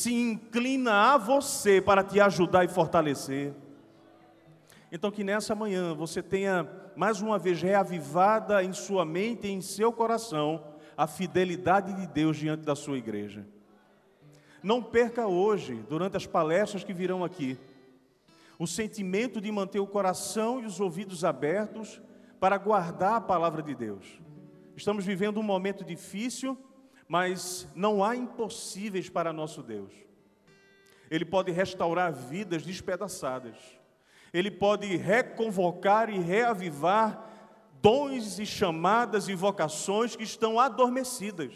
se inclina a você para te ajudar e fortalecer. Então que nessa manhã você tenha mais uma vez reavivada em sua mente e em seu coração a fidelidade de Deus diante da sua igreja. Não perca hoje, durante as palestras que virão aqui, o sentimento de manter o coração e os ouvidos abertos para guardar a palavra de Deus. Estamos vivendo um momento difícil, mas não há impossíveis para nosso Deus. Ele pode restaurar vidas despedaçadas. Ele pode reconvocar e reavivar dons e chamadas e vocações que estão adormecidas.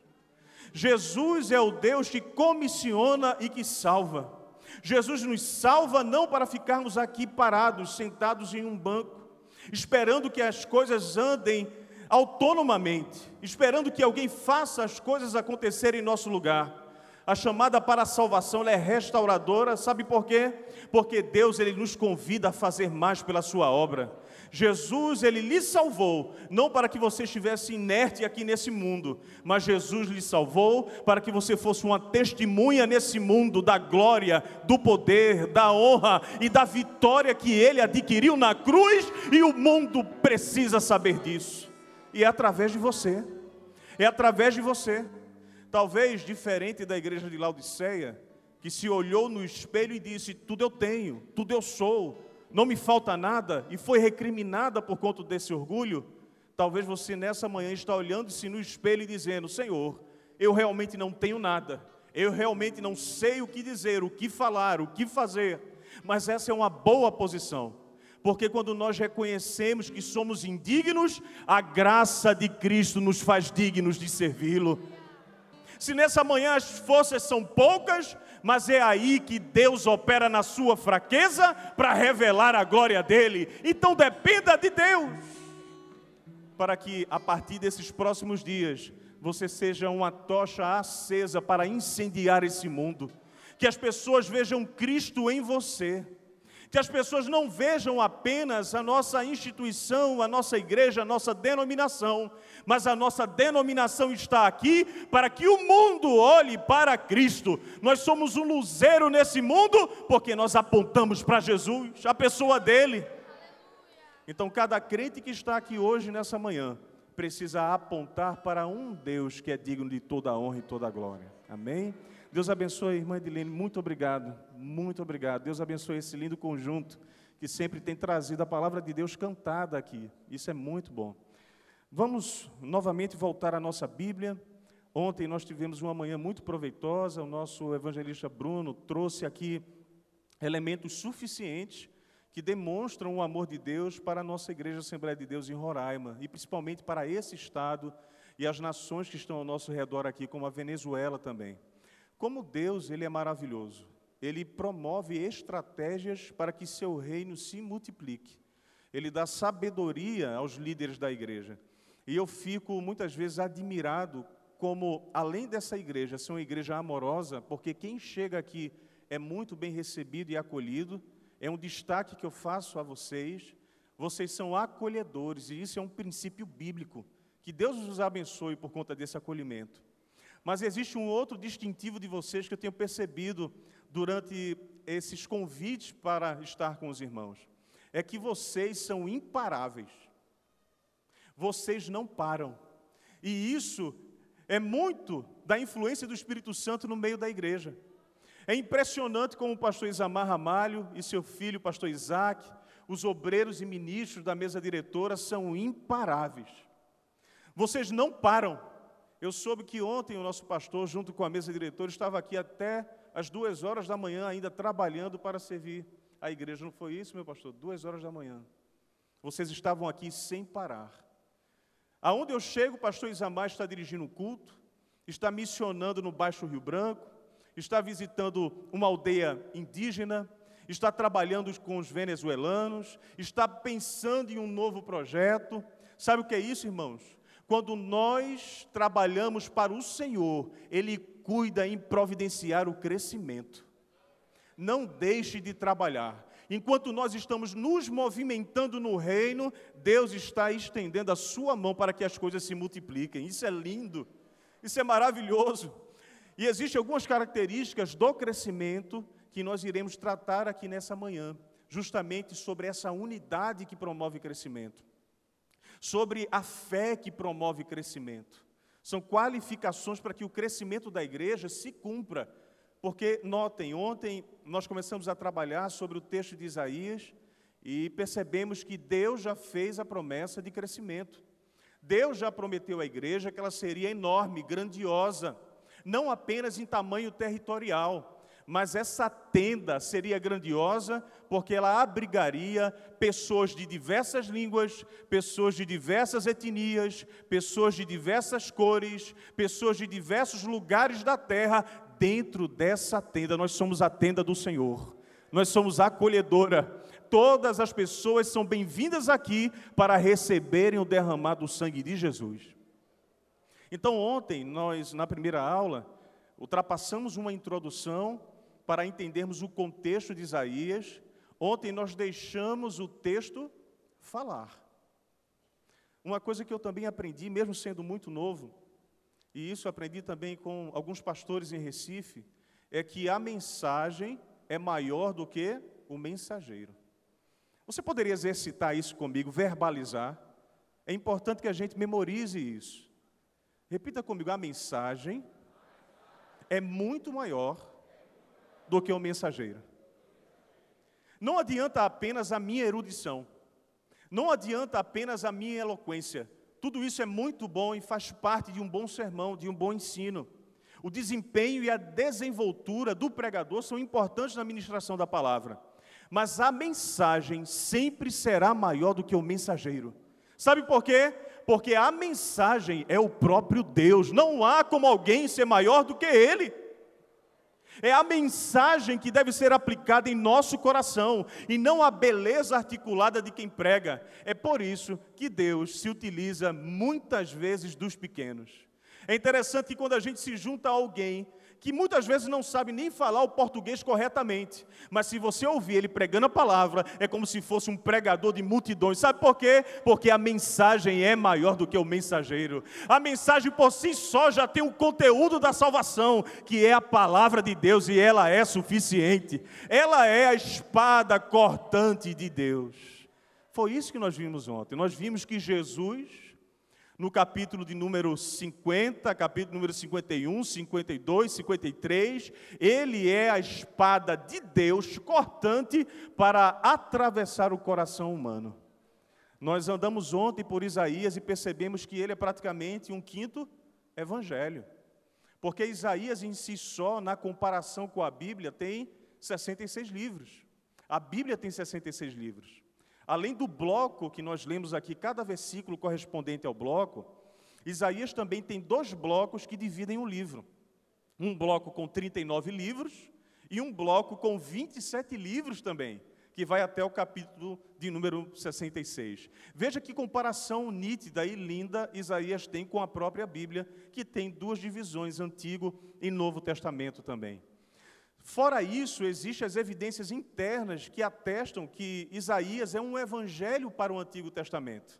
Jesus é o Deus que comissiona e que salva. Jesus nos salva não para ficarmos aqui parados, sentados em um banco, esperando que as coisas andem autonomamente, esperando que alguém faça as coisas acontecerem em nosso lugar. A chamada para a salvação ela é restauradora, sabe por quê? Porque Deus ele nos convida a fazer mais pela sua obra. Jesus ele lhe salvou, não para que você estivesse inerte aqui nesse mundo, mas Jesus lhe salvou para que você fosse uma testemunha nesse mundo da glória, do poder, da honra e da vitória que ele adquiriu na cruz, e o mundo precisa saber disso. E é através de você, é através de você. Talvez diferente da igreja de Laodiceia, que se olhou no espelho e disse: tudo eu tenho, tudo eu sou, não me falta nada, e foi recriminada por conta desse orgulho. Talvez você nessa manhã está olhando-se no espelho e dizendo: Senhor, eu realmente não tenho nada, eu realmente não sei o que dizer, o que falar, o que fazer. Mas essa é uma boa posição, porque quando nós reconhecemos que somos indignos, a graça de Cristo nos faz dignos de servi-lo. Se nessa manhã as forças são poucas, mas é aí que Deus opera na sua fraqueza para revelar a glória dele. Então dependa de Deus, para que a partir desses próximos dias você seja uma tocha acesa para incendiar esse mundo. Que as pessoas vejam Cristo em você. Que as pessoas não vejam apenas a nossa instituição, a nossa igreja, a nossa denominação, mas a nossa denominação está aqui para que o mundo olhe para Cristo. Nós somos um luzeiro nesse mundo porque nós apontamos para Jesus, a pessoa dele. Então cada crente que está aqui hoje, nessa manhã, precisa apontar para um Deus que é digno de toda a honra e toda a glória. Amém? Deus abençoe a irmã Edilene, muito obrigado, muito obrigado. Deus abençoe esse lindo conjunto que sempre tem trazido a palavra de Deus cantada aqui. Isso é muito bom. Vamos novamente voltar à nossa Bíblia. Ontem nós tivemos uma manhã muito proveitosa. O nosso evangelista Bruno trouxe aqui elementos suficientes que demonstram o amor de Deus para a nossa Igreja Assembleia de Deus em Roraima, e principalmente para esse estado e as nações que estão ao nosso redor aqui, como a Venezuela também. Como Deus, Ele é maravilhoso. Ele promove estratégias para que seu reino se multiplique. Ele dá sabedoria aos líderes da igreja. E eu fico muitas vezes admirado como, além dessa igreja ser uma igreja amorosa, porque quem chega aqui é muito bem recebido e acolhido, é um destaque que eu faço a vocês. Vocês são acolhedores, e isso é um princípio bíblico. Que Deus os abençoe por conta desse acolhimento. Mas existe um outro distintivo de vocês que eu tenho percebido durante esses convites para estar com os irmãos. É que vocês são imparáveis. Vocês não param. E isso é muito da influência do Espírito Santo no meio da igreja. É impressionante como o pastor Isamar Ramalho e seu filho, o pastor Isaac, os obreiros e ministros da mesa diretora são imparáveis. Vocês não param. Eu soube que ontem o nosso pastor, junto com a mesa diretora, estava aqui até às 2 horas da manhã, ainda trabalhando para servir a igreja. Não foi isso, meu pastor? 2 horas da manhã. Vocês estavam aqui sem parar. Aonde eu chego, o pastor Isamar está dirigindo um culto, está missionando no Baixo Rio Branco, está visitando uma aldeia indígena, está trabalhando com os venezuelanos, está pensando em um novo projeto. Sabe o que é isso, irmãos? Quando nós trabalhamos para o Senhor, Ele cuida em providenciar o crescimento. Não deixe de trabalhar. Enquanto nós estamos nos movimentando no reino, Deus está estendendo a sua mão para que as coisas se multipliquem. Isso é lindo, isso é maravilhoso. E existem algumas características do crescimento que nós iremos tratar aqui nessa manhã, justamente sobre essa unidade que promove crescimento, sobre a fé que promove crescimento. São qualificações para que o crescimento da igreja se cumpra. Porque, notem, ontem nós começamos a trabalhar sobre o texto de Isaías e percebemos que Deus já fez a promessa de crescimento. Deus já prometeu à igreja que ela seria enorme, grandiosa, não apenas em tamanho territorial, mas essa tenda seria grandiosa porque ela abrigaria pessoas de diversas línguas, pessoas de diversas etnias, pessoas de diversas cores, pessoas de diversos lugares da terra. Dentro dessa tenda, nós somos a tenda do Senhor, nós somos a acolhedora. Todas as pessoas são bem-vindas aqui para receberem o derramar do sangue de Jesus. Então ontem, nós na primeira aula, ultrapassamos uma introdução para entendermos o contexto de Isaías. Ontem nós deixamos o texto falar. Uma coisa que eu também aprendi, mesmo sendo muito novo, e isso aprendi também com alguns pastores em Recife, é que a mensagem é maior do que o mensageiro. Você poderia exercitar isso comigo, verbalizar? É importante que a gente memorize isso. Repita comigo, a mensagem é muito maior do que o mensageiro. Não adianta apenas a minha erudição, não adianta apenas a minha eloquência. Tudo isso é muito bom e faz parte de um bom sermão, de um bom ensino. O desempenho e a desenvoltura do pregador são importantes na ministração da palavra. Mas a mensagem sempre será maior do que o mensageiro. Sabe por quê? Porque a mensagem é o próprio Deus. Não há como alguém ser maior do que Ele. É a mensagem que deve ser aplicada em nosso coração, e não a beleza articulada de quem prega. É por isso que Deus se utiliza muitas vezes dos pequenos. É interessante que quando a gente se junta a alguém que muitas vezes não sabe nem falar o português corretamente, mas se você ouvir ele pregando a palavra, é como se fosse um pregador de multidões. Sabe por quê? Porque a mensagem é maior do que o mensageiro. A mensagem por si só já tem o conteúdo da salvação, que é a palavra de Deus, e ela é suficiente. Ela é a espada cortante de Deus. Foi isso que nós vimos ontem. Nós vimos que Jesus, no capítulo de número 50, capítulo número 51, 52, 53, ele é a espada de Deus cortante para atravessar o coração humano. Nós andamos ontem por Isaías e percebemos que ele é praticamente um quinto evangelho. Porque Isaías em si só, na comparação com a Bíblia, tem 66 livros. A Bíblia tem 66 livros. Além do bloco que nós lemos aqui, cada versículo correspondente ao bloco, Isaías também tem 2 blocos que dividem o livro. Um bloco com 39 livros e um bloco com 27 livros também, que vai até o capítulo de número 66. Veja que comparação nítida e linda Isaías tem com a própria Bíblia, que tem 2 divisões, Antigo e Novo Testamento também. Fora isso, existem as evidências internas que atestam que Isaías é um evangelho para o Antigo Testamento.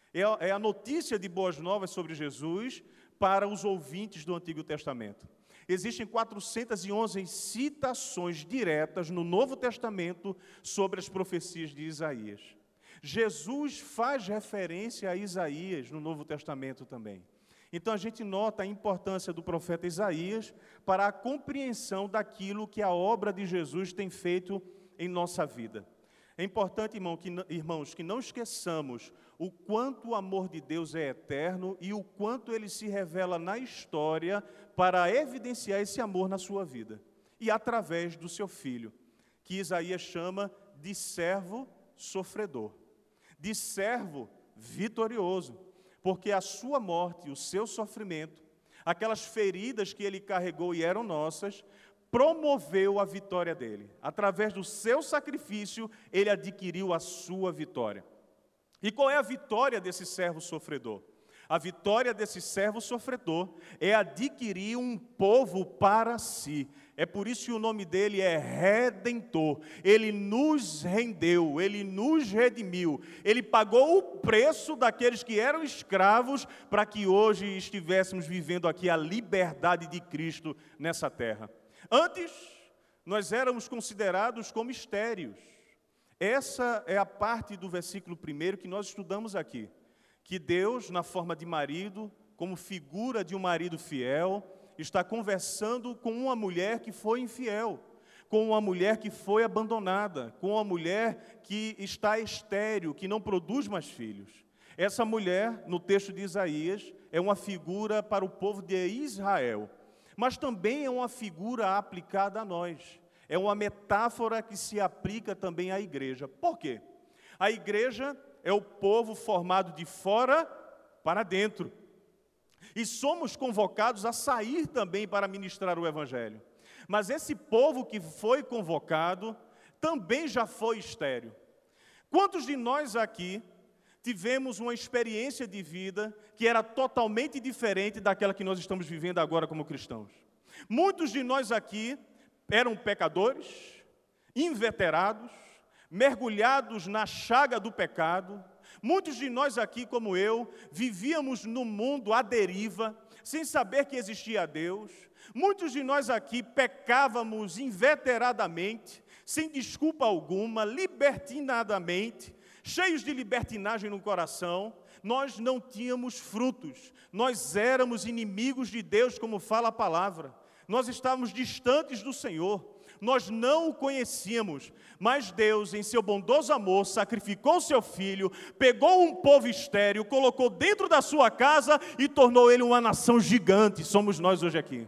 É a notícia de boas novas sobre Jesus para os ouvintes do Antigo Testamento. Existem 411 citações diretas no Novo Testamento sobre as profecias de Isaías. Jesus faz referência a Isaías no Novo Testamento também. Então a gente nota a importância do profeta Isaías para a compreensão daquilo que a obra de Jesus tem feito em nossa vida. É importante, irmãos, que não esqueçamos o quanto o amor de Deus é eterno e o quanto ele se revela na história para evidenciar esse amor na sua vida. E através do seu filho, que Isaías chama de servo sofredor, de servo vitorioso. Porque a sua morte, o seu sofrimento, aquelas feridas que ele carregou e eram nossas, promoveu a vitória dele. Através do seu sacrifício, ele adquiriu a sua vitória. E qual é a vitória desse servo sofredor? A vitória desse servo sofredor é adquirir um povo para si. É por isso que o nome dele é Redentor. Ele nos rendeu, ele nos redimiu. Ele pagou o preço daqueles que eram escravos para que hoje estivéssemos vivendo aqui a liberdade de Cristo nessa terra. Antes, nós éramos considerados como estéreos. Essa é a parte do versículo 1 que nós estudamos aqui. Que Deus, na forma de marido, como figura de um marido fiel, está conversando com uma mulher que foi infiel, com uma mulher que foi abandonada, com uma mulher que está estéril, que não produz mais filhos. Essa mulher, no texto de Isaías, é uma figura para o povo de Israel, mas também é uma figura aplicada a nós. É uma metáfora que se aplica também à igreja. Por quê? A igreja é o povo formado de fora para dentro. E somos convocados a sair também para ministrar o Evangelho. Mas esse povo que foi convocado também já foi estéril. Quantos de nós aqui tivemos uma experiência de vida que era totalmente diferente daquela que nós estamos vivendo agora como cristãos? Muitos de nós aqui eram pecadores, inveterados, mergulhados na chaga do pecado. Muitos de nós aqui, como eu, vivíamos no mundo à deriva, sem saber que existia Deus. Muitos de nós aqui pecávamos inveteradamente, sem desculpa alguma, libertinadamente, cheios de libertinagem no coração. Nós não tínhamos frutos, nós éramos inimigos de Deus, como fala a palavra. Nós estávamos distantes do Senhor, nós não o conhecíamos, mas Deus, em seu bondoso amor, sacrificou seu Filho, pegou um povo estéril, colocou dentro da sua casa e tornou ele uma nação gigante. Somos nós hoje aqui.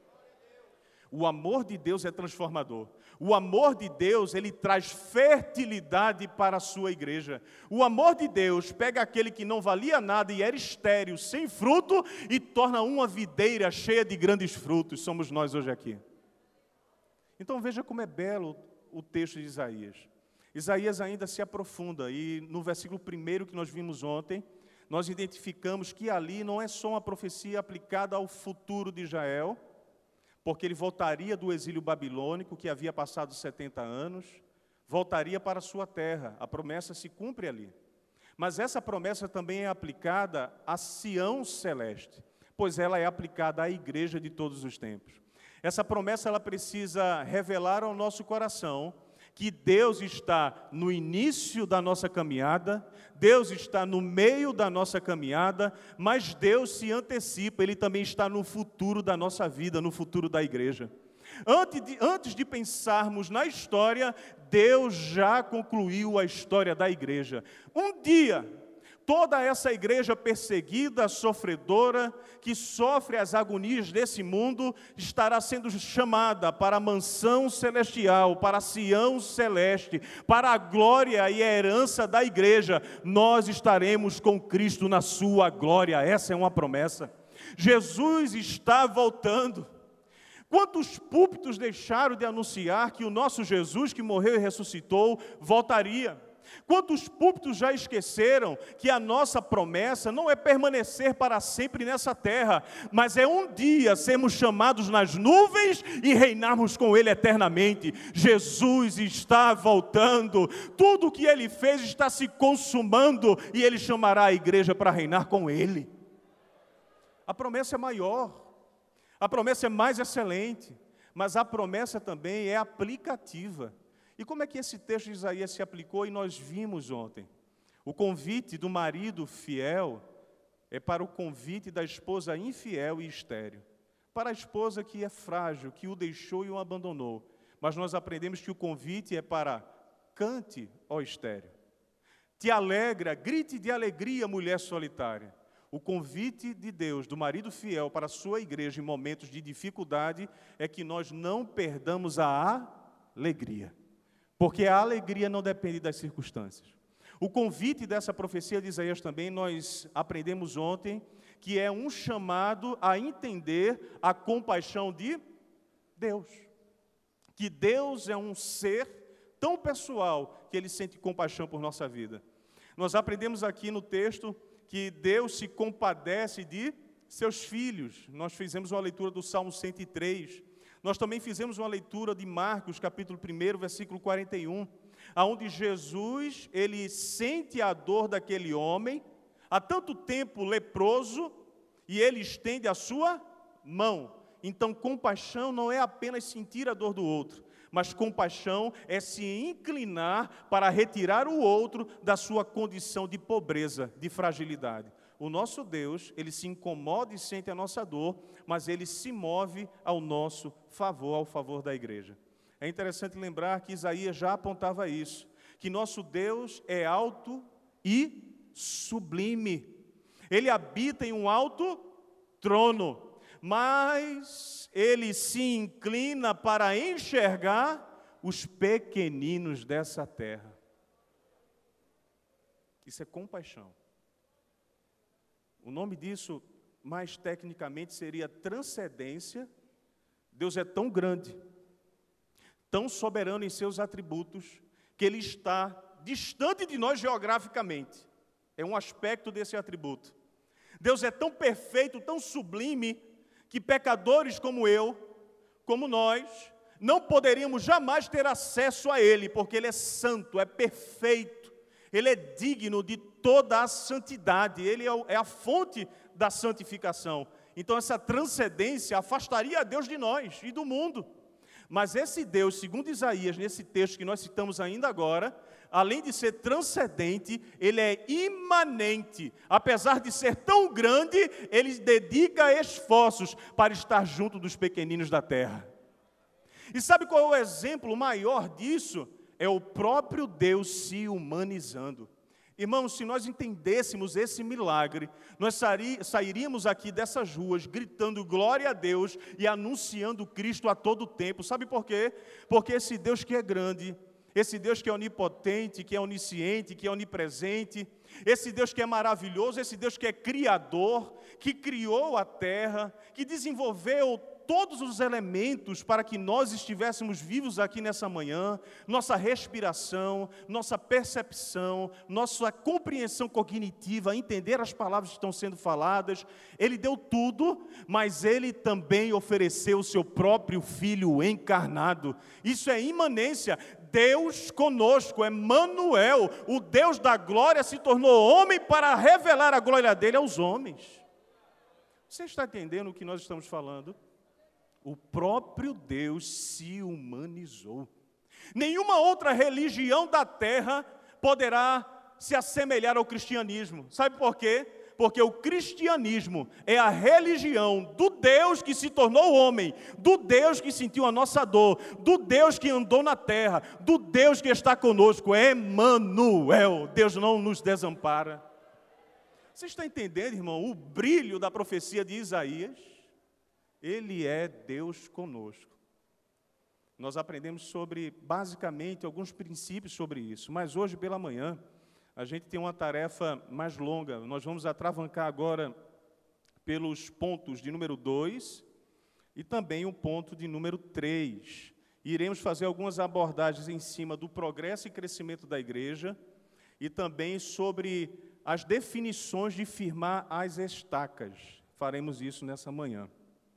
O amor de Deus é transformador. O amor de Deus, ele traz fertilidade para a sua igreja. O amor de Deus pega aquele que não valia nada e era estéril, sem fruto, e torna uma videira cheia de grandes frutos. Somos nós hoje aqui. Então veja como é belo o texto de Isaías. Isaías ainda se aprofunda, e no versículo 1 que nós vimos ontem, nós identificamos que ali não é só uma profecia aplicada ao futuro de Israel, porque ele voltaria do exílio babilônico, que havia passado 70 anos, voltaria para a sua terra. A promessa se cumpre ali. Mas essa promessa também é aplicada a Sião celeste, pois ela é aplicada à igreja de todos os tempos. Essa promessa ela precisa revelar ao nosso coração que Deus está no início da nossa caminhada, Deus está no meio da nossa caminhada, mas Deus se antecipa, Ele também está no futuro da nossa vida, no futuro da igreja. Antes de pensarmos na história, Deus já concluiu a história da igreja. Um dia, toda essa igreja perseguida, sofredora, que sofre as agonias desse mundo, estará sendo chamada para a mansão celestial, para a Sião celeste, para a glória e a herança da igreja. Nós estaremos com Cristo na sua glória. Essa é uma promessa. Jesus está voltando. Quantos púlpitos deixaram de anunciar que o nosso Jesus, que morreu e ressuscitou, voltaria? Quantos púlpitos já esqueceram que a nossa promessa não é permanecer para sempre nessa terra, mas é um dia sermos chamados nas nuvens e reinarmos com Ele eternamente? Jesus está voltando, tudo o que Ele fez está se consumando e Ele chamará a igreja para reinar com Ele. A promessa é maior, a promessa é mais excelente, mas a promessa também é aplicativa. E como é que esse texto de Isaías se aplicou e nós vimos ontem? O convite do marido fiel é para o convite da esposa infiel e estéril. Para a esposa que é frágil, que o deixou e o abandonou. Mas nós aprendemos que o convite é para cante, ó estéril. Te alegra, grite de alegria, mulher solitária. O convite de Deus, do marido fiel para a sua igreja em momentos de dificuldade, é que nós não perdamos a alegria. Porque a alegria não depende das circunstâncias. O convite dessa profecia de Isaías também, nós aprendemos ontem, que é um chamado a entender a compaixão de Deus. Que Deus é um ser tão pessoal que Ele sente compaixão por nossa vida. Nós aprendemos aqui no texto que Deus se compadece de seus filhos. Nós fizemos uma leitura do Salmo 103. Nós também fizemos uma leitura de Marcos, capítulo 1, versículo 41, aonde Jesus, ele sente a dor daquele homem, há tanto tempo leproso, e ele estende a sua mão. Então, compaixão não é apenas sentir a dor do outro, mas compaixão é se inclinar para retirar o outro da sua condição de pobreza, de fragilidade. O nosso Deus, ele se incomoda e sente a nossa dor, mas ele se move ao nosso favor, ao favor da igreja. É interessante lembrar que Isaías já apontava isso, que nosso Deus é alto e sublime. Ele habita em um alto trono, mas ele se inclina para enxergar os pequeninos dessa terra. Isso é compaixão. O nome disso, mais tecnicamente, seria transcendência. Deus é tão grande, tão soberano em seus atributos, que Ele está distante de nós geograficamente. É um aspecto desse atributo. Deus é tão perfeito, tão sublime, que pecadores como eu, como nós, não poderíamos jamais ter acesso a Ele, porque Ele é santo, é perfeito, Ele é digno de toda a santidade, Ele é a fonte da santificação. Então essa transcendência afastaria a Deus de nós e do mundo. Mas esse Deus, segundo Isaías, nesse texto que nós citamos ainda agora, além de ser transcendente, Ele é imanente. Apesar de ser tão grande, Ele dedica esforços para estar junto dos pequeninos da terra. E sabe qual é o exemplo maior disso? É o próprio Deus se humanizando. Irmãos, se nós entendêssemos esse milagre, nós sairíamos aqui dessas ruas gritando glória a Deus e anunciando Cristo a todo tempo. Sabe por quê? Porque esse Deus que é grande, esse Deus que é onipotente, que é onisciente, que é onipresente, esse Deus que é maravilhoso, esse Deus que é criador, que criou a terra, que desenvolveu todos os elementos para que nós estivéssemos vivos aqui nessa manhã, nossa respiração, nossa percepção, nossa compreensão cognitiva, entender as palavras que estão sendo faladas. Ele deu tudo, mas Ele também ofereceu o seu próprio Filho encarnado. Isso é imanência. Deus conosco, Emmanuel, o Deus da glória, se tornou homem para revelar a glória dele aos homens. Você está entendendo o que nós estamos falando? O próprio Deus se humanizou. Nenhuma outra religião da terra poderá se assemelhar ao cristianismo. Sabe por quê? Porque o cristianismo é a religião do Deus que se tornou homem, do Deus que sentiu a nossa dor, do Deus que andou na terra, do Deus que está conosco, Emmanuel. Deus não nos desampara. Você está entendendo, irmão, o brilho da profecia de Isaías? Ele é Deus conosco. Nós aprendemos sobre, basicamente, alguns princípios sobre isso, mas hoje pela manhã, a gente tem uma tarefa mais longa. Nós vamos atravancar agora pelos pontos de número 2 e também o ponto de número 3. Iremos fazer algumas abordagens em cima do progresso e crescimento da igreja e também sobre as definições de firmar as estacas. Faremos isso nessa manhã.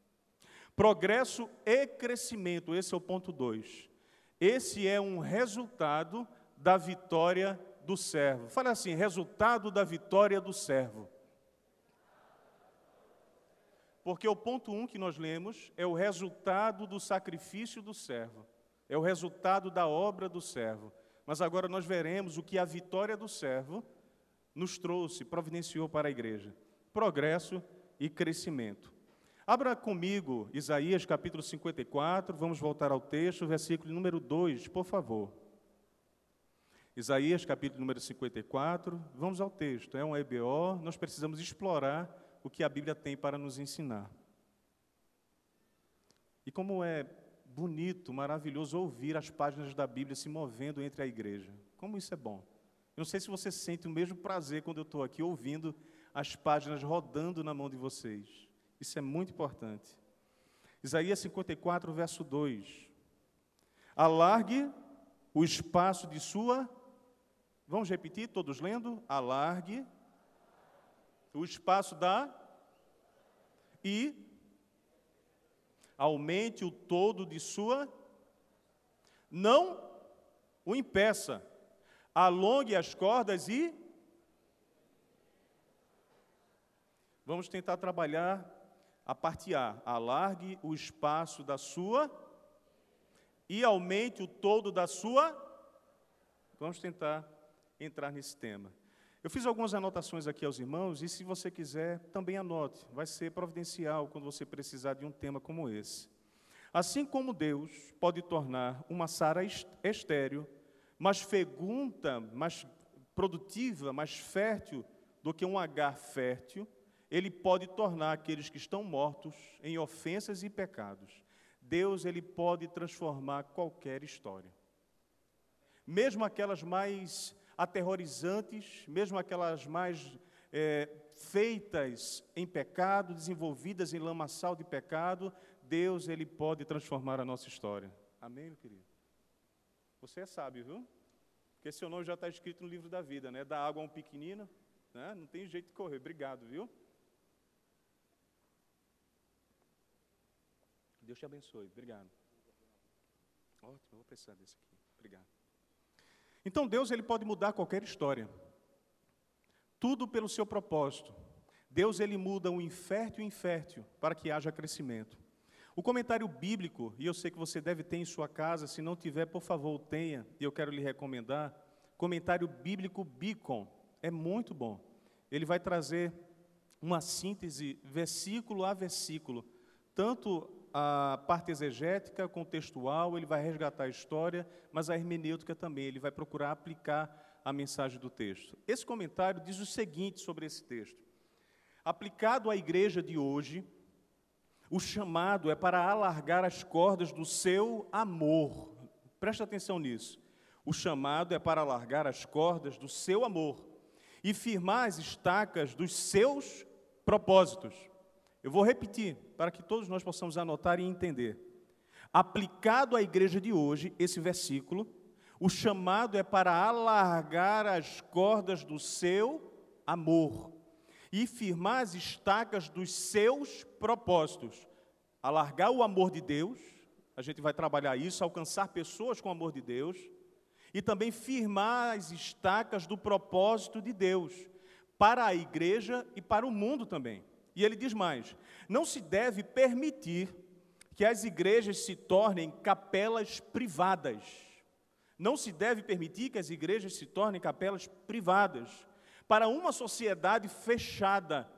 Progresso e crescimento, esse é o ponto 2. Esse é um resultado da vitória do servo. Fala assim, resultado da vitória do servo. Porque o ponto 1 que nós lemos é o resultado do sacrifício do servo. É o resultado da obra do servo. Mas agora nós veremos o que a vitória do servo nos trouxe, providenciou para a igreja. Progresso e crescimento. Abra comigo Isaías capítulo 54, vamos voltar ao texto, versículo número 2, por favor. Isaías capítulo número 54, vamos ao texto, é um EBO, nós precisamos explorar o que a Bíblia tem para nos ensinar. E como é bonito, maravilhoso ouvir as páginas da Bíblia se movendo entre a igreja. Como isso é bom. Eu não sei se você sente o mesmo prazer quando eu estou aqui ouvindo as páginas rodando na mão de vocês. Isso é muito importante. Isaías 54, verso 2. Alargue o espaço de sua... Vamos repetir, todos lendo? Alargue o espaço e aumente o todo de sua, não o impeça, alongue as cordas e vamos tentar trabalhar a parte A, alargue o espaço da sua e aumente o todo da sua. Vamos tentar entrar nesse tema. Eu fiz algumas anotações aqui aos irmãos, e se você quiser, também anote. Vai ser providencial quando você precisar de um tema como esse. Assim como Deus pode tornar uma Sara estéril, mais fecunda, mais produtiva, mais fértil do que um Agar fértil, Ele pode tornar aqueles que estão mortos em ofensas e pecados. Deus, Ele pode transformar qualquer história. Mesmo aquelas mais aterrorizantes, mesmo aquelas mais feitas em pecado, desenvolvidas em lamaçal de pecado, Deus, Ele pode transformar a nossa história. Amém, meu querido? Você é sábio, viu? Porque seu nome já está escrito no livro da vida, né? Da água a um pequenino, né? Não tem jeito de correr. Obrigado, viu? Deus te abençoe. Obrigado. Ótimo, eu vou precisar desse aqui. Obrigado. Então, Deus, Ele pode mudar qualquer história. Tudo pelo seu propósito. Deus, Ele muda o infértil e infértil para que haja crescimento. O comentário bíblico, e eu sei que você deve ter em sua casa, se não tiver, por favor, tenha, e eu quero lhe recomendar, comentário bíblico Beacon, é muito bom. Ele vai trazer uma síntese, versículo a versículo, tanto a parte exegética, contextual, ele vai resgatar a história, mas a hermenêutica também, ele vai procurar aplicar a mensagem do texto. Esse comentário diz o seguinte sobre esse texto: aplicado à igreja de hoje, o chamado é para alargar as cordas do seu amor. Presta atenção nisso. O chamado é para alargar as cordas do seu amor e firmar as estacas dos seus propósitos. Eu vou repetir, para que todos nós possamos anotar e entender. Aplicado à igreja de hoje, esse versículo, o chamado é para alargar as cordas do seu amor e firmar as estacas dos seus propósitos. Alargar o amor de Deus, a gente vai trabalhar isso, alcançar pessoas com o amor de Deus, e também firmar as estacas do propósito de Deus, para a igreja e para o mundo também. E ele diz mais: não se deve permitir que as igrejas se tornem capelas privadas. Não se deve permitir que as igrejas se tornem capelas privadas para uma sociedade fechada.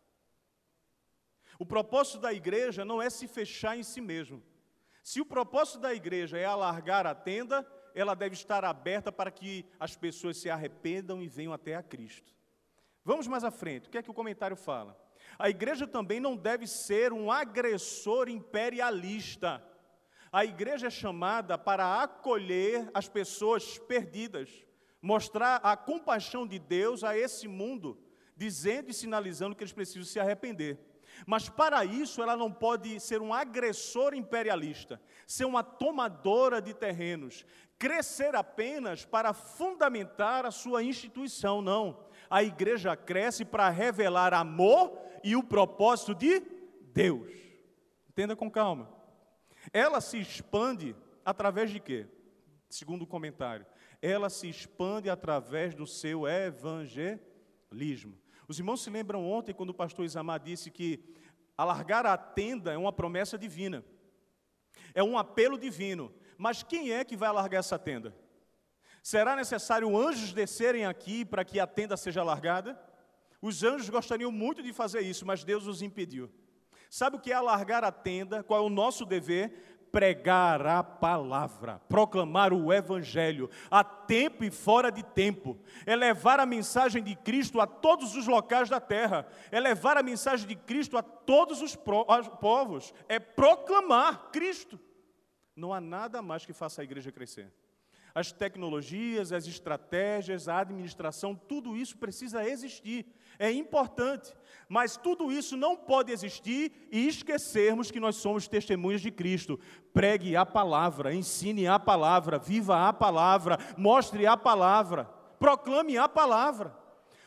O propósito da igreja não é se fechar em si mesmo. Se o propósito da igreja é alargar a tenda, ela deve estar aberta para que as pessoas se arrependam e venham até a Cristo. Vamos mais à frente, o que é que o comentário fala? A igreja também não deve ser um agressor imperialista. A igreja é chamada para acolher as pessoas perdidas, mostrar a compaixão de Deus a esse mundo, dizendo e sinalizando que eles precisam se arrepender. Mas para isso ela não pode ser um agressor imperialista, ser uma tomadora de terrenos, crescer apenas para fundamentar a sua instituição, não. A igreja cresce para revelar amor e o propósito de Deus. Entenda com calma. Ela se expande através de quê? Segundo o comentário, ela se expande através do seu evangelismo. Os irmãos se lembram ontem, quando o pastor Isamar disse que alargar a tenda é uma promessa divina, é um apelo divino. Mas quem é que vai alargar essa tenda? Será necessário anjos descerem aqui para que a tenda seja alargada? Os anjos gostariam muito de fazer isso, mas Deus os impediu. Sabe o que é alargar a tenda? Qual é o nosso dever? Pregar a palavra, proclamar o evangelho, a tempo e fora de tempo, é levar a mensagem de Cristo a todos os locais da terra, é levar a mensagem de Cristo a todos os povos, é proclamar Cristo. Não há nada mais que faça a igreja crescer. As tecnologias, as estratégias, a administração, tudo isso precisa existir, é importante, mas tudo isso não pode existir e esquecermos que nós somos testemunhas de Cristo. Pregue a palavra, ensine a palavra, viva a palavra, mostre a palavra, proclame a palavra.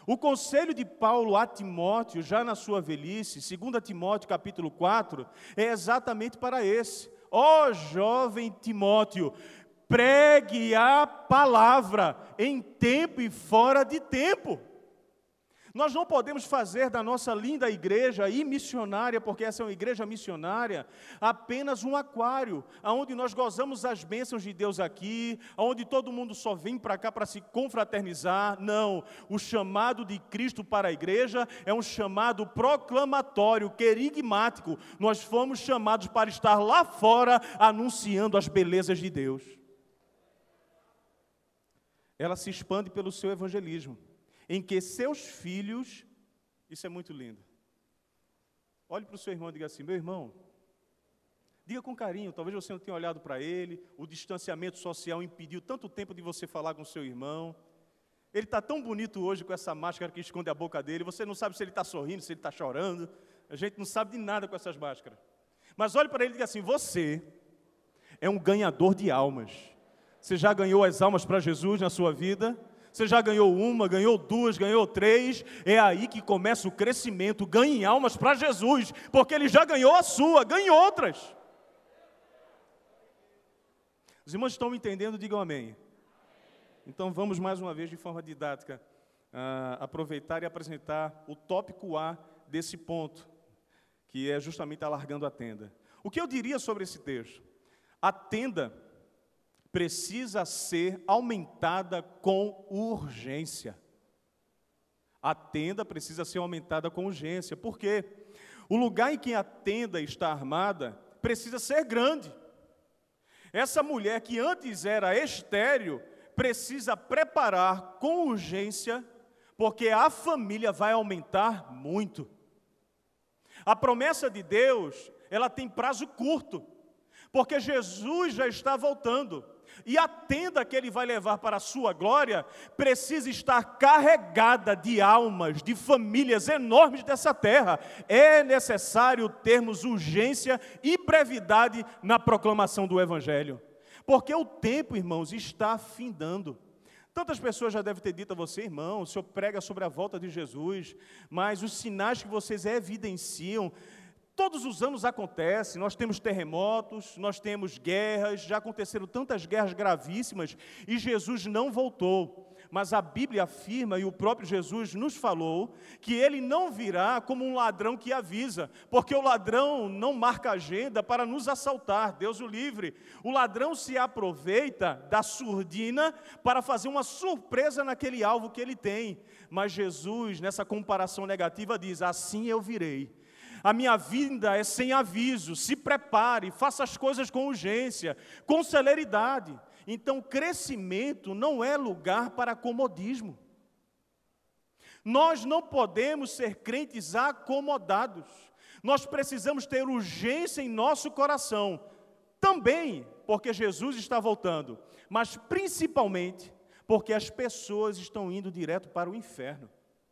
O conselho de Paulo a Timóteo, já na sua velhice, 2 Timóteo capítulo 4, é exatamente para esse. Ó jovem Timóteo, pregue a palavra em tempo e fora de tempo. Nós não podemos fazer da nossa linda igreja e missionária, porque essa é uma igreja missionária, apenas um aquário, onde nós gozamos as bênçãos de Deus aqui, onde todo mundo só vem para cá para se confraternizar. Não, o chamado de Cristo para a igreja é um chamado proclamatório, querigmático. Nós fomos chamados para estar lá fora, anunciando as belezas de Deus. Ela se expande pelo seu evangelismo, em que seus filhos, isso é muito lindo. Olhe para o seu irmão e diga assim: meu irmão, diga com carinho, talvez você não tenha olhado para ele, o distanciamento social impediu tanto tempo de você falar com o seu irmão. Ele está tão bonito hoje com essa máscara que esconde a boca dele, você não sabe se ele está sorrindo, se ele está chorando, a gente não sabe de nada com essas máscaras. Mas olhe para ele e diga assim: você é um ganhador de almas. Você já ganhou as almas para Jesus na sua vida? Você já ganhou uma, ganhou duas, ganhou três. É aí que começa o crescimento. Ganhe almas para Jesus, porque Ele já ganhou a sua, ganhe outras. Os irmãos estão me entendendo? Digam amém. Então vamos mais uma vez, de forma didática, aproveitar e apresentar o tópico A desse ponto, que é justamente alargando a tenda. O que eu diria sobre esse texto? A tenda precisa ser aumentada com urgência. A tenda precisa ser aumentada com urgência. Por quê? O lugar em que a tenda está armada precisa ser grande. Essa mulher que antes era estéril precisa preparar com urgência, porque a família vai aumentar muito. A promessa de Deus, ela tem prazo curto, porque Jesus já está voltando. E a tenda que Ele vai levar para a sua glória precisa estar carregada de almas, de famílias enormes dessa terra. É necessário termos urgência e brevidade na proclamação do Evangelho. Porque o tempo, irmãos, está findando. Tantas pessoas já devem ter dito a você: irmão, o senhor prega sobre a volta de Jesus, mas os sinais que vocês evidenciam, todos os anos acontece, nós temos terremotos, nós temos guerras, já aconteceram tantas guerras gravíssimas e Jesus não voltou. Mas a Bíblia afirma, e o próprio Jesus nos falou, que Ele não virá como um ladrão que avisa, porque o ladrão não marca agenda para nos assaltar, Deus o livre. O ladrão se aproveita da surdina para fazer uma surpresa naquele alvo que ele tem. Mas Jesus, nessa comparação negativa, diz: assim eu virei. A minha vinda é sem aviso, se prepare, faça as coisas com urgência, com celeridade. Então, crescimento não é lugar para comodismo. Nós não podemos ser crentes acomodados. Nós precisamos ter urgência em nosso coração, também porque Jesus está voltando, mas principalmente porque as pessoas estão indo direto para o inferno.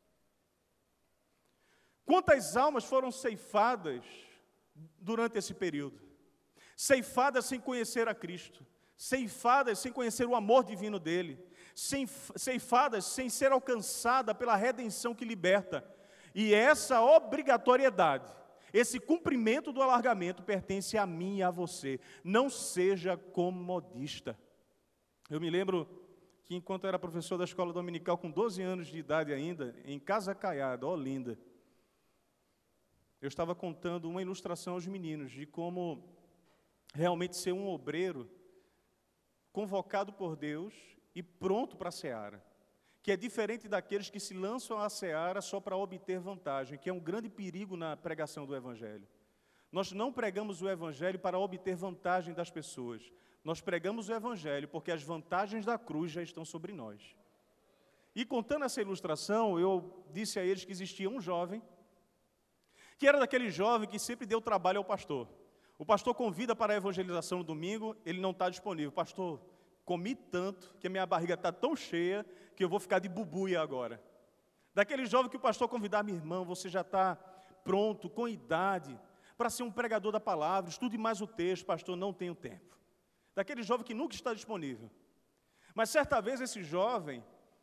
Quantas almas foram ceifadas durante esse período? Ceifadas sem conhecer a Cristo, ceifadas sem conhecer o amor divino dEle, ceifadas sem ser alcançada pela redenção que liberta. E essa obrigatoriedade, esse cumprimento do alargamento pertence a mim e a você. Não seja comodista. Eu me lembro que enquanto eu era professor da escola dominical, com 12 anos de idade ainda, em Casa Caiada, Olinda, eu estava contando uma ilustração aos meninos de como realmente ser um obreiro convocado por Deus e pronto para a seara, que é diferente daqueles que se lançam à seara só para obter vantagem, que é um grande perigo na pregação do Evangelho. Nós não pregamos o Evangelho para obter vantagem das pessoas, nós pregamos o Evangelho porque as vantagens da cruz já estão sobre nós. E contando essa ilustração, eu disse a eles que existia um jovem, que era daquele jovem que sempre deu trabalho ao pastor. O pastor convida para a evangelização no domingo, ele não está disponível. Pastor, comi tanto que a minha barriga está tão cheia que eu vou ficar de bubuia agora. Daquele jovem que o pastor convidar: meu irmão, você já está pronto, com idade, para ser um pregador da palavra, estude mais o texto. Pastor, não tenho tempo. Daquele jovem que nunca está disponível. Mas certa vez esse jovem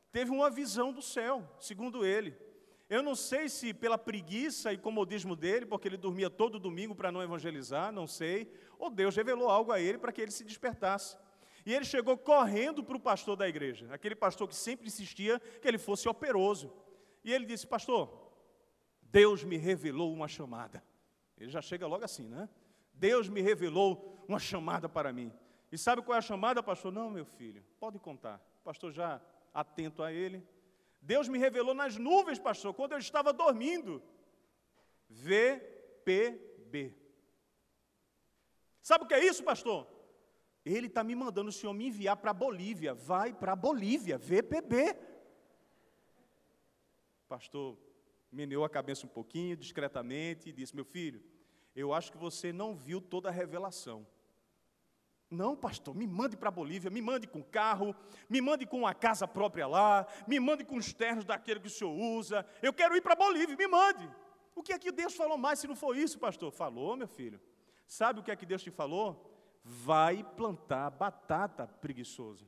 teve uma visão do céu, segundo ele. Eu não sei se pela preguiça e comodismo dele, porque ele dormia todo domingo para não evangelizar, não sei, ou Deus revelou algo a ele para que ele se despertasse. E ele chegou correndo para o pastor da igreja, aquele pastor que sempre insistia que ele fosse operoso. E ele disse: pastor, Deus me revelou uma chamada. Ele já chega logo assim, né? Deus me revelou uma chamada para mim. E sabe qual é a chamada, pastor? Não, meu filho, pode contar. O pastor já atento a ele. Deus me revelou nas nuvens, pastor, quando eu estava dormindo. VPB. Sabe o que é isso, pastor? Ele está me mandando o senhor me enviar para a Bolívia. Vai para a Bolívia, VPB. Pastor meneou a cabeça um pouquinho, discretamente, e disse: meu filho, eu acho que você não viu toda a revelação. Não, pastor, me mande para a Bolívia, me mande com carro, me mande com uma casa própria lá, me mande com os ternos daquele que o senhor usa. Eu quero ir para a Bolívia, me mande. O que é que Deus falou mais se não for isso, pastor? Falou, meu filho. Sabe o que é que Deus te falou? Vai plantar batata, preguiçoso.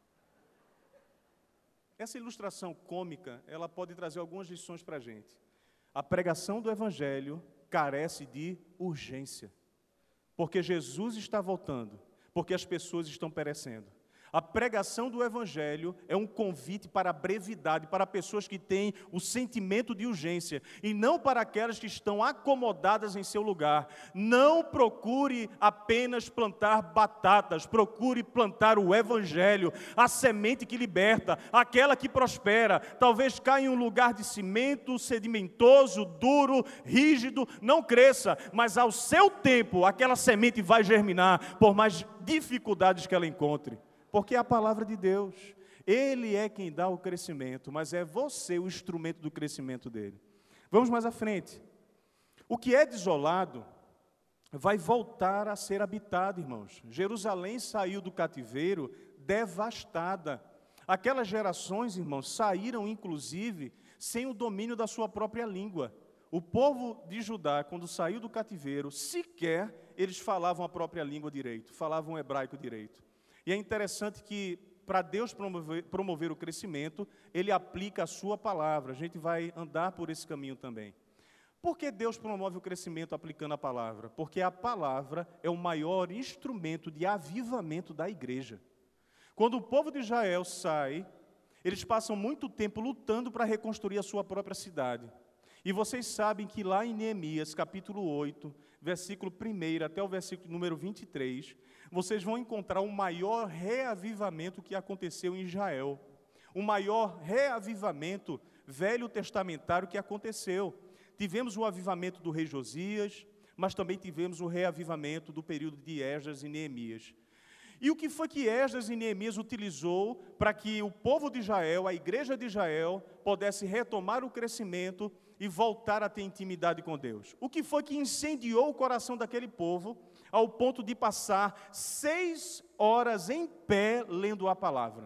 Essa ilustração cômica, ela pode trazer algumas lições para a gente. A pregação do Evangelho carece de urgência, porque Jesus está voltando, porque as pessoas estão perecendo. A pregação do Evangelho é um convite para a brevidade, para pessoas que têm o sentimento de urgência, e não para aquelas que estão acomodadas em seu lugar. Não procure apenas plantar batatas, procure plantar o Evangelho, a semente que liberta, aquela que prospera. Talvez caia em um lugar de cimento, sedimentoso, duro, rígido, não cresça, mas ao seu tempo aquela semente vai germinar, por mais dificuldades que ela encontre. Porque é a palavra de Deus. Ele é quem dá o crescimento, mas é você o instrumento do crescimento dele. Vamos mais à frente. O que é desolado vai voltar a ser habitado, irmãos. Jerusalém saiu do cativeiro devastada. Aquelas gerações, irmãos, saíram inclusive sem o domínio da sua própria língua. O povo de Judá, quando saiu do cativeiro, sequer eles falavam a própria língua direito, falavam o hebraico direito. E é interessante que, para Deus promover o crescimento, Ele aplica a sua palavra. A gente vai andar por esse caminho também. Por que Deus promove o crescimento aplicando a palavra? Porque a palavra é o maior instrumento de avivamento da igreja. Quando o povo de Israel sai, eles passam muito tempo lutando para reconstruir a sua própria cidade. E vocês sabem que lá em Neemias, capítulo 8, versículo 1 até o versículo número 23, vocês vão encontrar o maior reavivamento que aconteceu em Israel. O maior reavivamento velho testamentário que aconteceu. Tivemos o avivamento do rei Josias, mas também tivemos o reavivamento do período de Esdras e Neemias. E o que foi que Esdras e Neemias utilizou para que o povo de Israel, a igreja de Israel, pudesse retomar o crescimento e voltar a ter intimidade com Deus? O que foi que incendiou o coração daquele povo ao ponto de passar 6 horas em pé lendo a palavra?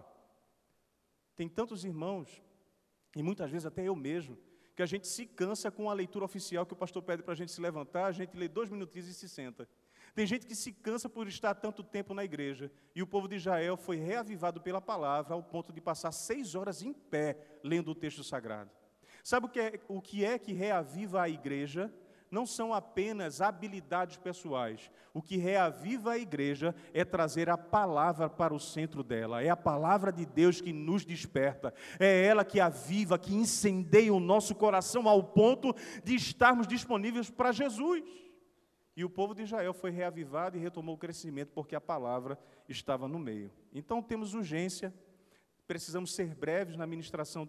Tem tantos irmãos, e muitas vezes até eu mesmo, que a gente se cansa com a leitura oficial que o pastor pede para a gente se levantar, a gente lê 2 minutinhos e se senta. Tem gente que se cansa por estar tanto tempo na igreja, e o povo de Israel foi reavivado pela palavra ao ponto de passar 6 horas em pé lendo o texto sagrado. Sabe o que é que reaviva a igreja? Não são apenas habilidades pessoais. O que reaviva a igreja é trazer a palavra para o centro dela. É a palavra de Deus que nos desperta. É ela que aviva, que incendeia o nosso coração ao ponto de estarmos disponíveis para Jesus. E o povo de Israel foi reavivado e retomou o crescimento porque a palavra estava no meio. Então temos urgência, precisamos ser breves na ministração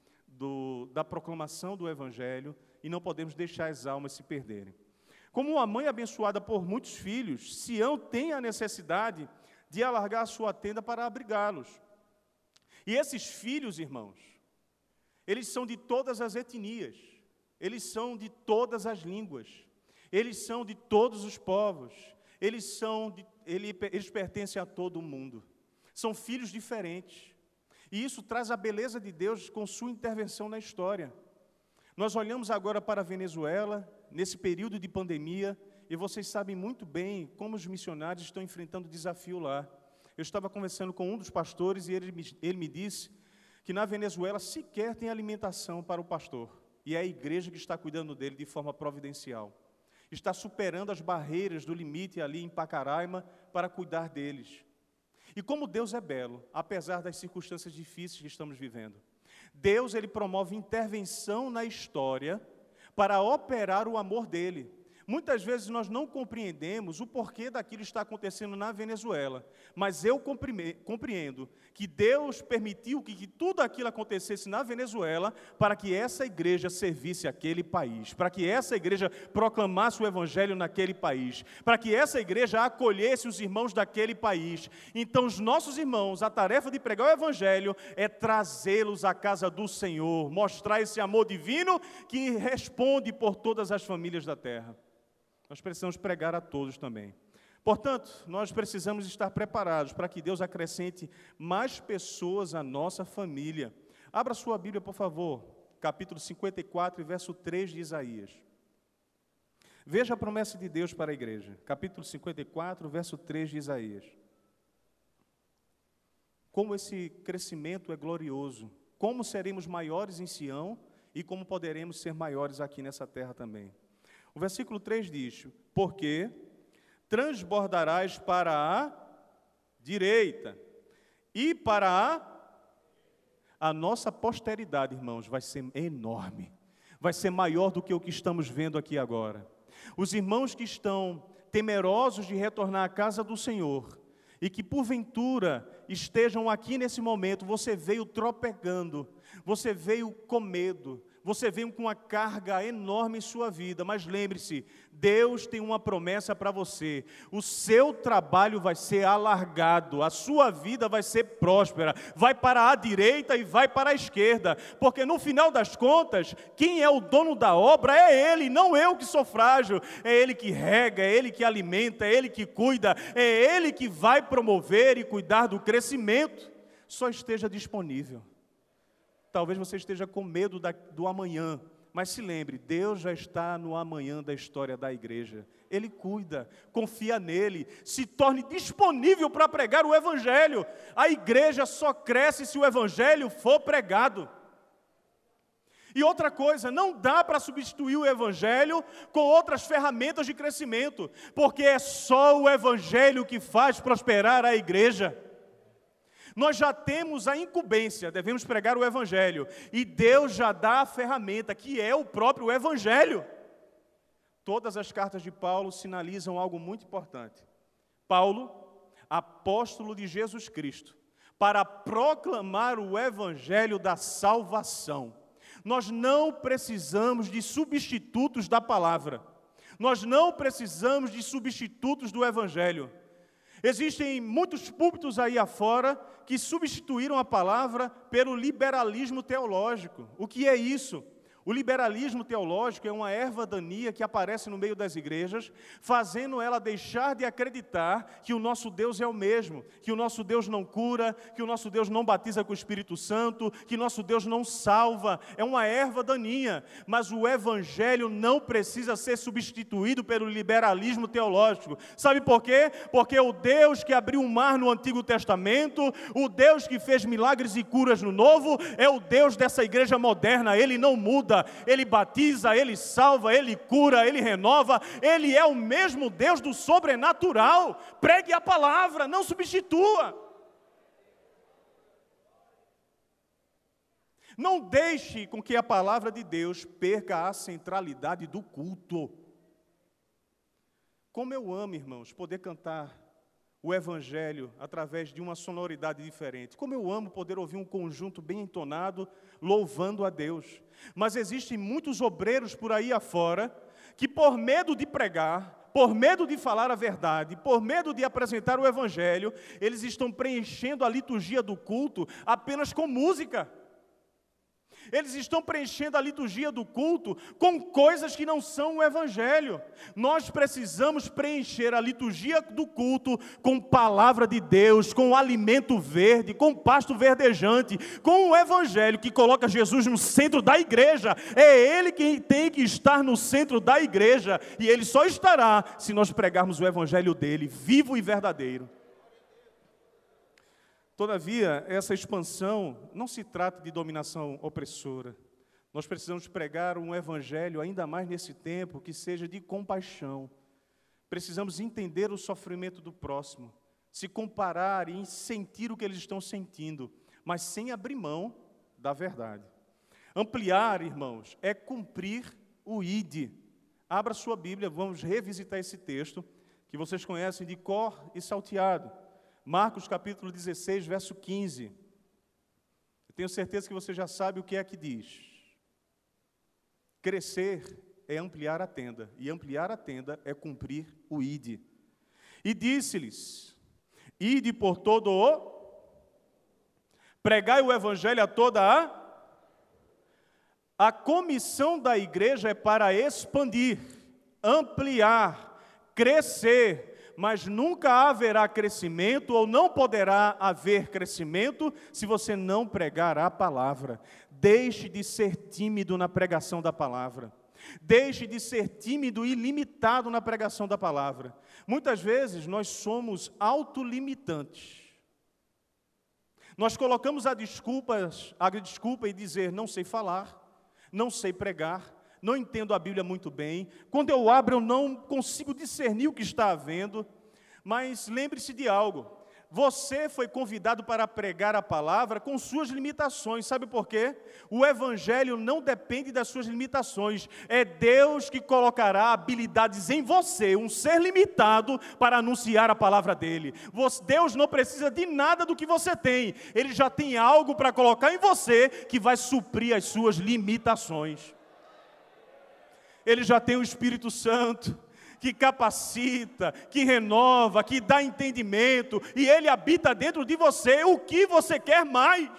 da proclamação do Evangelho e não podemos deixar as almas se perderem. Como uma mãe abençoada por muitos filhos, Sião tem a necessidade de alargar a sua tenda para abrigá-los. E esses filhos, irmãos, eles são de todas as etnias, eles são de todas as línguas, eles são de todos os povos, eles pertencem a todo o mundo. São filhos diferentes. E isso traz a beleza de Deus com sua intervenção na história. Nós olhamos agora para a Venezuela, nesse período de pandemia, e vocês sabem muito bem como os missionários estão enfrentando o desafio lá. Eu estava conversando com um dos pastores e ele me disse que na Venezuela sequer tem alimentação para o pastor. E é a igreja que está cuidando dele de forma providencial. Está superando as barreiras do limite ali em Pacaraima para cuidar deles. E como Deus é belo, apesar das circunstâncias difíceis que estamos vivendo. Deus, ele promove intervenção na história para operar o amor dele. Muitas vezes nós não compreendemos o porquê daquilo está acontecendo na Venezuela, mas eu compreendo que Deus permitiu que tudo aquilo acontecesse na Venezuela para que essa igreja servisse aquele país, para que essa igreja proclamasse o evangelho naquele país, para que essa igreja acolhesse os irmãos daquele país. Então os nossos irmãos, a tarefa de pregar o evangelho é trazê-los à casa do Senhor, mostrar esse amor divino que responde por todas as famílias da terra. Nós precisamos pregar a todos também. Portanto, nós precisamos estar preparados para que Deus acrescente mais pessoas à nossa família. Abra sua Bíblia, por favor, capítulo 54, verso 3 de Isaías. Veja a promessa de Deus para a igreja. Capítulo 54, verso 3 de Isaías. Como esse crescimento é glorioso. Como seremos maiores em Sião e como poderemos ser maiores aqui nessa terra também. O versículo 3 diz, porque transbordarás para a direita e para a nossa posteridade, irmãos, vai ser enorme, vai ser maior do que o que estamos vendo aqui agora. Os irmãos que estão temerosos de retornar à casa do Senhor e que porventura estejam aqui nesse momento, você veio tropegando, você veio com medo, você veio com uma carga enorme em sua vida, mas lembre-se, Deus tem uma promessa para você. O seu trabalho vai ser alargado, a sua vida vai ser próspera, vai para a direita e vai para a esquerda, porque no final das contas, quem é o dono da obra é Ele, não eu que sou frágil, é Ele que rega, é Ele que alimenta, é Ele que cuida, é Ele que vai promover e cuidar do crescimento. Só esteja disponível. Talvez você esteja com medo do amanhã, mas se lembre, Deus já está no amanhã da história da igreja. Ele cuida, confia nele, se torne disponível para pregar o evangelho. A igreja só cresce se o evangelho for pregado. E outra coisa, não dá para substituir o evangelho com outras ferramentas de crescimento, porque é só o evangelho que faz prosperar a igreja. Nós já temos a incumbência, devemos pregar o evangelho, e Deus já dá a ferramenta, que é o próprio evangelho. Todas as cartas de Paulo sinalizam algo muito importante. Paulo, apóstolo de Jesus Cristo, para proclamar o evangelho da salvação. Nós não precisamos de substitutos da palavra. Nós não precisamos de substitutos do evangelho. Existem muitos púlpitos aí afora que substituíram a palavra pelo liberalismo teológico. O que é isso? O liberalismo teológico é uma erva daninha que aparece no meio das igrejas, fazendo ela deixar de acreditar que o nosso Deus é o mesmo, que o nosso Deus não cura, que o nosso Deus não batiza com o Espírito Santo, que nosso Deus não salva. É uma erva daninha, mas o evangelho não precisa ser substituído pelo liberalismo teológico. Sabe por quê? Porque o Deus que abriu o mar no Antigo Testamento, o Deus que fez milagres e curas no Novo, é o Deus dessa igreja moderna. Ele não muda. Ele batiza, Ele salva, Ele cura, Ele renova. Ele é o mesmo Deus do sobrenatural. Pregue a palavra, não substitua. Não deixe com que a palavra de Deus perca a centralidade do culto. Como eu amo, irmãos, poder cantar o evangelho através de uma sonoridade diferente. Como eu amo poder ouvir um conjunto bem entonado, louvando a Deus. Mas existem muitos obreiros por aí afora, que por medo de pregar, por medo de falar a verdade, por medo de apresentar o evangelho, eles estão preenchendo a liturgia do culto apenas com música. Eles estão preenchendo a liturgia do culto com coisas que não são o evangelho. Nós precisamos preencher a liturgia do culto com palavra de Deus, com alimento verde, com pasto verdejante, com o evangelho que coloca Jesus no centro da igreja. É Ele quem tem que estar no centro da igreja, e Ele só estará se nós pregarmos o evangelho dele, vivo e verdadeiro. Todavia, essa expansão não se trata de dominação opressora. Nós precisamos pregar um evangelho, ainda mais nesse tempo, que seja de compaixão. Precisamos entender o sofrimento do próximo, se comparar e sentir o que eles estão sentindo, mas sem abrir mão da verdade. Ampliar, irmãos, é cumprir o ID. Abra sua Bíblia, vamos revisitar esse texto, que vocês conhecem de cor e salteado. Marcos capítulo 16, verso 15. Eu tenho certeza que você já sabe o que é que diz. Crescer é ampliar a tenda, e ampliar a tenda é cumprir o ID. E disse-lhes: ide por todo pregai o evangelho a toda a comissão da igreja é para expandir, ampliar, crescer, mas nunca haverá crescimento ou não poderá haver crescimento se você não pregar a palavra. Deixe de ser tímido na pregação da palavra. Deixe de ser tímido e limitado na pregação da palavra. Muitas vezes nós somos autolimitantes. Nós colocamos a desculpa e dizer, não sei falar, não sei pregar, não entendo a Bíblia muito bem. Quando eu abro, eu não consigo discernir o que está havendo. Mas lembre-se de algo. Você foi convidado para pregar a palavra com suas limitações. Sabe por quê? O evangelho não depende das suas limitações. É Deus que colocará habilidades em você, um ser limitado, para anunciar a palavra dele. Deus não precisa de nada do que você tem. Ele já tem algo para colocar em você que vai suprir as suas limitações. Ele já tem o Espírito Santo, que capacita, que renova, que dá entendimento, e Ele habita dentro de você. O que você quer mais?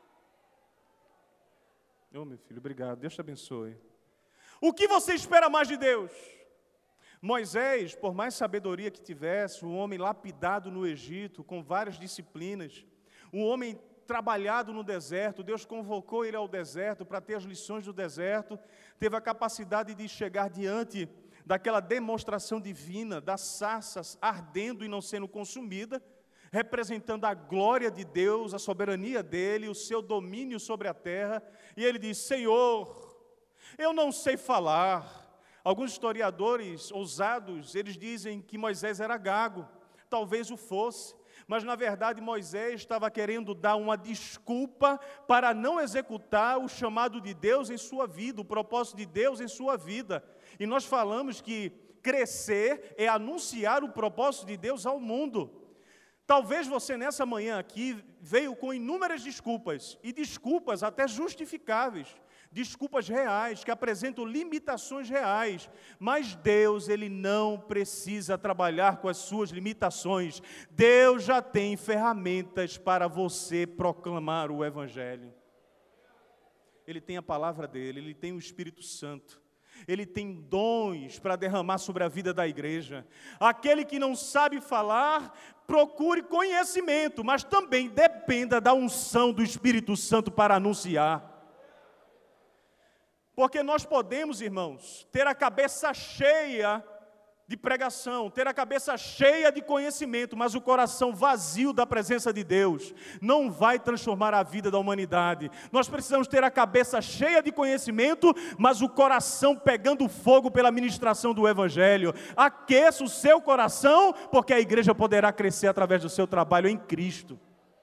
Meu filho, obrigado, Deus te abençoe. O que você espera mais de Deus? Moisés, por mais sabedoria que tivesse, um homem lapidado no Egito, com várias disciplinas, um homem trabalhado no deserto, Deus convocou ele ao deserto para ter as lições do deserto, teve a capacidade de chegar diante daquela demonstração divina, das sarças ardendo e não sendo consumida, representando a glória de Deus, a soberania dele, o seu domínio sobre a terra, e ele diz, Senhor, eu não sei falar. Alguns historiadores ousados, eles dizem que Moisés era gago, talvez o fosse, mas na verdade Moisés estava querendo dar uma desculpa para não executar o chamado de Deus em sua vida, o propósito de Deus em sua vida. E nós falamos que crescer é anunciar o propósito de Deus ao mundo. Talvez você nessa manhã aqui veio com inúmeras desculpas, e desculpas até justificáveis, desculpas reais, que apresentam limitações reais, mas Deus, Ele não precisa trabalhar com as suas limitações. Deus já tem ferramentas para você proclamar o Evangelho. Ele tem a palavra dEle, Ele tem o Espírito Santo. Ele tem dons para derramar sobre a vida da igreja. Aquele que não sabe falar, procure conhecimento, mas também dependa da unção do Espírito Santo para anunciar. Porque nós podemos, irmãos, ter a cabeça cheia de pregação, ter a cabeça cheia de conhecimento, mas o coração vazio da presença de Deus não vai transformar a vida da humanidade. Nós precisamos ter a cabeça cheia de conhecimento, mas o coração pegando fogo pela ministração do Evangelho. Aqueça o seu coração, porque a igreja poderá crescer através do seu trabalho em Cristo.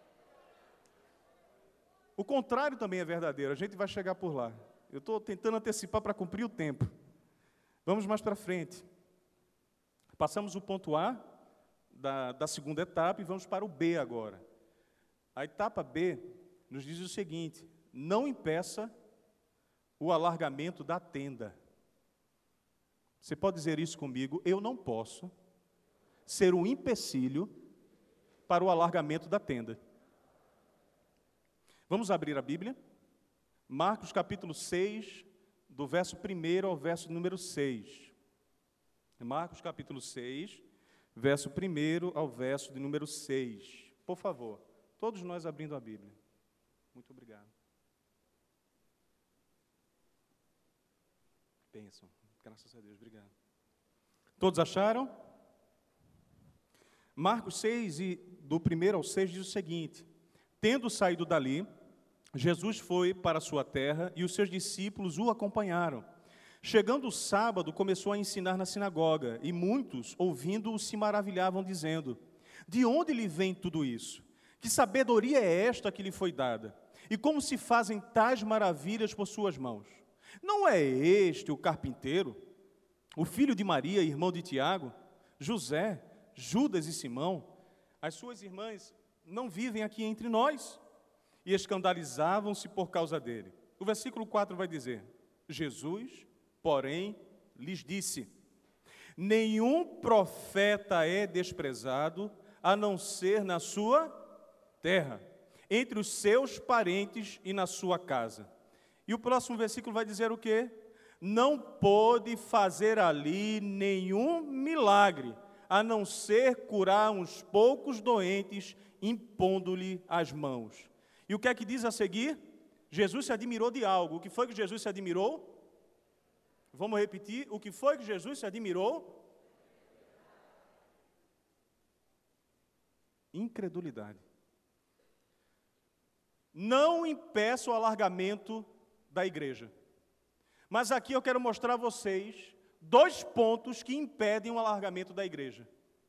O contrário também é verdadeiro, a gente vai chegar por lá. Eu estou tentando antecipar para cumprir o tempo. Vamos mais para frente. Passamos o ponto A da segunda etapa e vamos para o B agora. A etapa B nos diz o seguinte: não impeça o alargamento da tenda. Você pode dizer isso comigo? Eu não posso ser um empecilho para o alargamento da tenda. Vamos abrir a Bíblia? Marcos capítulo 6, do verso 1 ao verso número 6. Marcos capítulo 6, verso 1 ao verso de número 6. Por favor, todos nós abrindo a Bíblia. Muito obrigado. Bênção. Graças a Deus, obrigado. Todos acharam? Marcos 6, do 1 ao 6 diz o seguinte: Tendo saído dali, Jesus foi para a sua terra e os seus discípulos o acompanharam. Chegando o sábado, começou a ensinar na sinagoga, e muitos, ouvindo-o, se maravilhavam, dizendo: de onde lhe vem tudo isso? Que sabedoria é esta que lhe foi dada? E como se fazem tais maravilhas por suas mãos? Não é este o carpinteiro, o filho de Maria, irmão de Tiago, José, Judas e Simão? As suas irmãs não vivem aqui entre nós? E escandalizavam-se por causa dele. O versículo 4 vai dizer: Jesus, porém, lhes disse: nenhum profeta é desprezado, a não ser na sua terra, entre os seus parentes e na sua casa. E o próximo versículo vai dizer o quê? Não pôde fazer ali nenhum milagre, a não ser curar uns poucos doentes, impondo-lhe as mãos. E o que é que diz a seguir? Jesus se admirou de algo. O que foi que Jesus se admirou? Vamos repetir. O que foi que Jesus se admirou? Incredulidade. Não impeça o alargamento da igreja. Mas aqui eu quero mostrar a vocês 2 pontos que impedem o alargamento da igreja.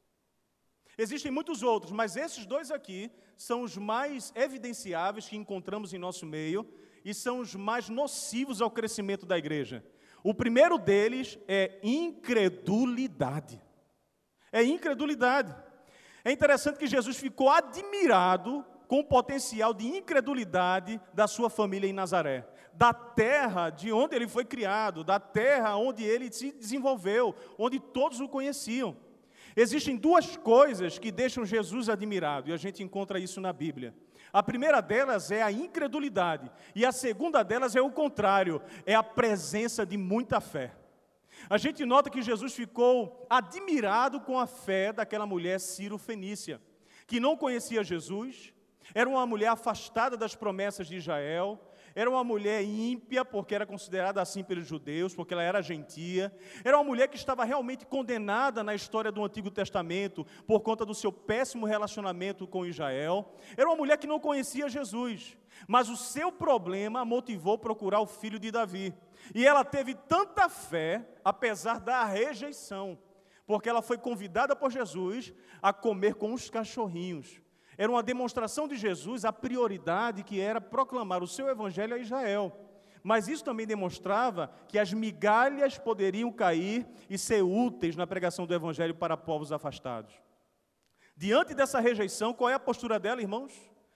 Existem muitos outros, mas esses 2 aqui são os mais evidenciáveis que encontramos em nosso meio e são os mais nocivos ao crescimento da igreja. O primeiro deles é incredulidade. É incredulidade. É interessante que Jesus ficou admirado com o potencial de incredulidade da sua família em Nazaré, da terra de onde ele foi criado, da terra onde ele se desenvolveu, onde todos o conheciam. Existem 2 coisas que deixam Jesus admirado, e a gente encontra isso na Bíblia. A primeira delas é a incredulidade, e a segunda delas é o contrário, é a presença de muita fé. A gente nota que Jesus ficou admirado com a fé daquela mulher Ciro-fenícia, que não conhecia Jesus, era uma mulher afastada das promessas de Israel, era uma mulher ímpia, porque era considerada assim pelos judeus, porque ela era gentia. Era uma mulher que estava realmente condenada na história do Antigo Testamento, por conta do seu péssimo relacionamento com Israel. Era uma mulher que não conhecia Jesus, mas o seu problema a motivou a procurar o filho de Davi. E ela teve tanta fé, apesar da rejeição, porque ela foi convidada por Jesus a comer com os cachorrinhos. Era uma demonstração de Jesus, a prioridade que era proclamar o seu evangelho a Israel. Mas isso também demonstrava que as migalhas poderiam cair e ser úteis na pregação do evangelho para povos afastados. Diante dessa rejeição, qual é a postura dela, irmãos?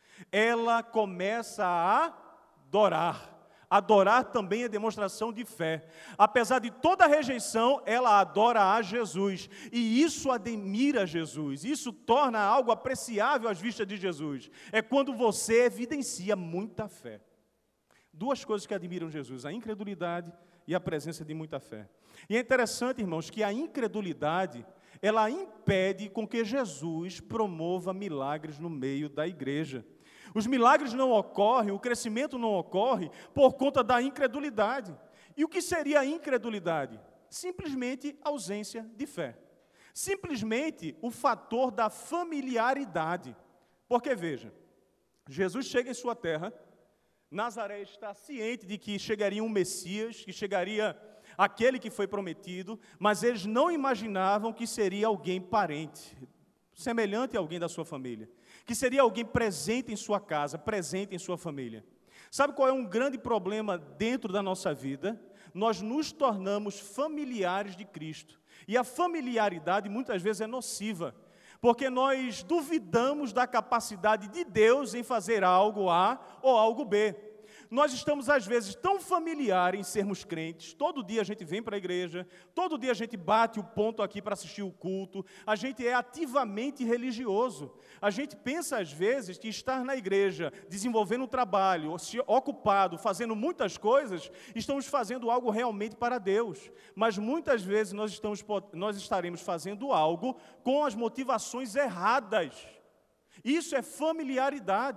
Ela começa a adorar. Adorar também é demonstração de fé. Apesar de toda a rejeição, ela adora a Jesus. E isso admira Jesus. Isso torna algo apreciável às vistas de Jesus. É quando você evidencia muita fé. 2 coisas que admiram Jesus: a incredulidade e a presença de muita fé. E é interessante, irmãos, que a incredulidade, ela impede com que Jesus promova milagres no meio da igreja. Os milagres não ocorrem, o crescimento não ocorre por conta da incredulidade. E o que seria a incredulidade? Simplesmente ausência de fé. Simplesmente o fator da familiaridade. Porque, veja, Jesus chega em sua terra, Nazaré está ciente de que chegaria um Messias, que chegaria aquele que foi prometido, mas eles não imaginavam que seria alguém parente, semelhante a alguém da sua família, que seria alguém presente em sua casa, presente em sua família. Sabe qual é um grande problema dentro da nossa vida? Nós nos tornamos familiares de Cristo. E a familiaridade muitas vezes é nociva, porque nós duvidamos da capacidade de Deus em fazer algo A ou algo B. Nós estamos, às vezes, tão familiares em sermos crentes. Todo dia a gente vem para a igreja, todo dia a gente bate o ponto aqui para assistir o culto. A gente é ativamente religioso. A gente pensa, às vezes, que estar na igreja, desenvolvendo um trabalho, ocupado, fazendo muitas coisas, estamos fazendo algo realmente para Deus. Mas muitas vezes nós estaremos fazendo algo com as motivações erradas. Isso é familiaridade.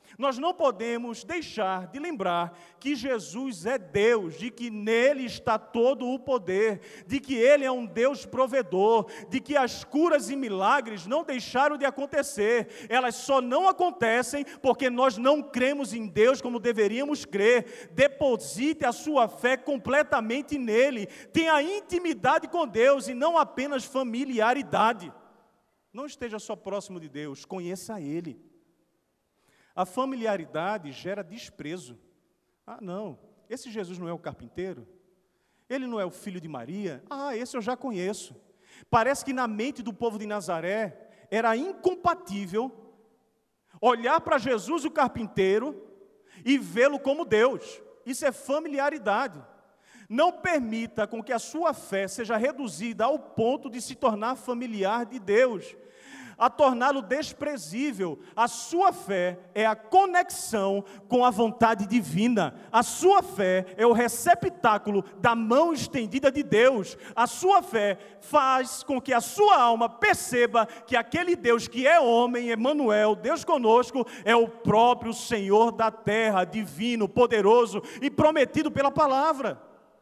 Nós não podemos deixar de lembrar que Jesus é Deus, de que nele está todo o poder, de que ele é um Deus provedor, de que as curas e milagres não deixaram de acontecer. Elas só não acontecem porque nós não cremos em Deus como deveríamos crer. Deposite a sua fé completamente nele. Tenha intimidade com Deus e não apenas familiaridade. Não esteja só próximo de Deus, conheça ele. A familiaridade gera desprezo. Ah, não, esse Jesus não é o carpinteiro? Ele não é o filho de Maria? Ah, esse eu já conheço. Parece que na mente do povo de Nazaré era incompatível olhar para Jesus o carpinteiro e vê-lo como Deus. Isso é familiaridade. Não permita com que a sua fé seja reduzida ao ponto de se tornar familiar de Deus, a torná-lo desprezível. A sua fé é a conexão com a vontade divina. A sua fé é o receptáculo da mão estendida de Deus. A sua fé faz com que a sua alma perceba que aquele Deus que é homem, Emanuel, Deus conosco, é o próprio Senhor da terra, divino, poderoso e prometido pela palavra.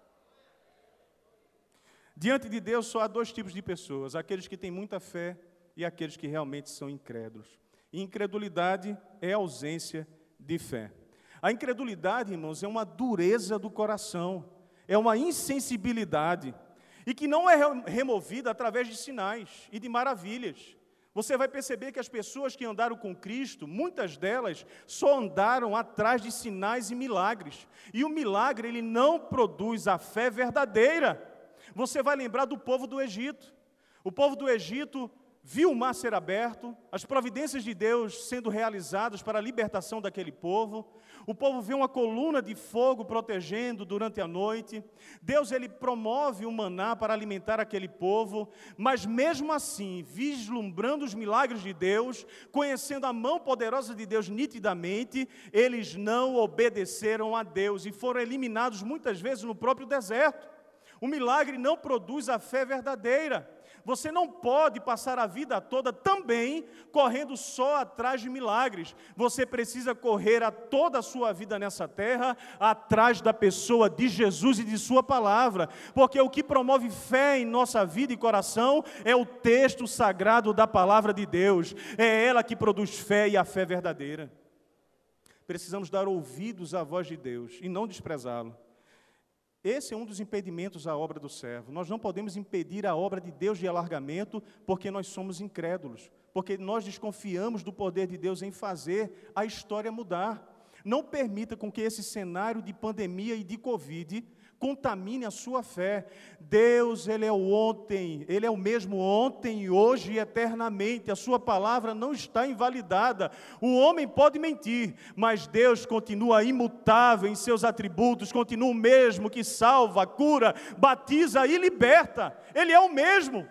Diante de Deus só há dois tipos de pessoas: aqueles que têm muita fé e aqueles que realmente são incrédulos. Incredulidade é ausência de fé. A incredulidade, irmãos, é uma dureza do coração, é uma insensibilidade, e que não é removida através de sinais e de maravilhas. Você vai perceber que as pessoas que andaram com Cristo, muitas delas só andaram atrás de sinais e milagres. E o milagre, ele não produz a fé verdadeira. Você vai lembrar do povo do Egito. O povo do Egito viu o mar ser aberto, as providências de Deus sendo realizadas para a libertação daquele povo. O povo vê uma coluna de fogo protegendo durante a noite. Deus, ele promove o maná para alimentar aquele povo, mas mesmo assim, vislumbrando os milagres de Deus, conhecendo a mão poderosa de Deus nitidamente, eles não obedeceram a Deus e foram eliminados muitas vezes no próprio deserto. O milagre não produz a fé verdadeira. Você não pode passar a vida toda também correndo só atrás de milagres. Você precisa correr a toda a sua vida nessa terra atrás da pessoa de Jesus e de sua palavra. Porque o que promove fé em nossa vida e coração é o texto sagrado da palavra de Deus. É ela que produz fé e a fé verdadeira. Precisamos dar ouvidos à voz de Deus e não desprezá-lo. Esse é um dos impedimentos à obra do servo. Nós não podemos impedir a obra de Deus de alargamento porque nós somos incrédulos, porque nós desconfiamos do poder de Deus em fazer a história mudar. Não permita com que esse cenário de pandemia e de Covid contamine a sua fé. Deus, ele é o ontem, ele é o mesmo ontem, hoje e eternamente. A sua palavra não está invalidada. O homem pode mentir, mas Deus continua imutável em seus atributos, continua o mesmo que salva, cura, batiza e liberta. Ele é o mesmo.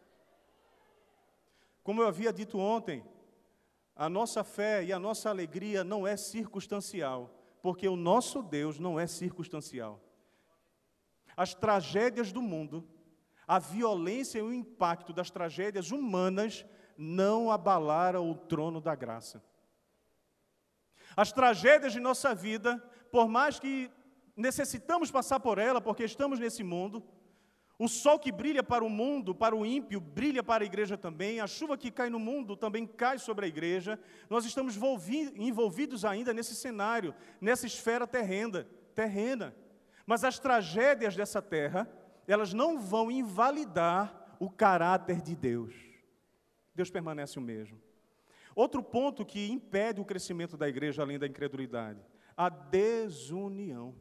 Como eu havia dito ontem, a nossa fé e a nossa alegria não é circunstancial, porque o nosso Deus não é circunstancial. As tragédias do mundo, a violência e o impacto das tragédias humanas não abalaram o trono da graça. As tragédias de nossa vida, por mais que necessitamos passar por ela, porque estamos nesse mundo, o sol que brilha para o mundo, para o ímpio, brilha para a igreja também, a chuva que cai no mundo também cai sobre a igreja. Nós estamos envolvidos ainda nesse cenário, nessa esfera terrena. Mas as tragédias dessa terra, elas não vão invalidar o caráter de Deus. Deus permanece o mesmo. Outro ponto que impede o crescimento da igreja, além da incredulidade, a desunião.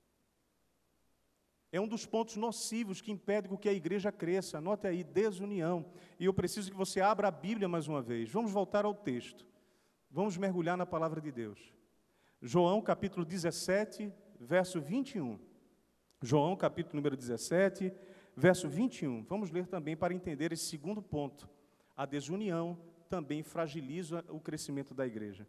É um dos pontos nocivos que impede que a igreja cresça. Anote aí, desunião. E eu preciso que você abra a Bíblia mais uma vez. Vamos voltar ao texto. Vamos mergulhar na palavra de Deus. João, capítulo 17, verso 21. João, capítulo número 17, verso 21. Vamos ler também para entender esse segundo ponto. A desunião também fragiliza o crescimento da igreja.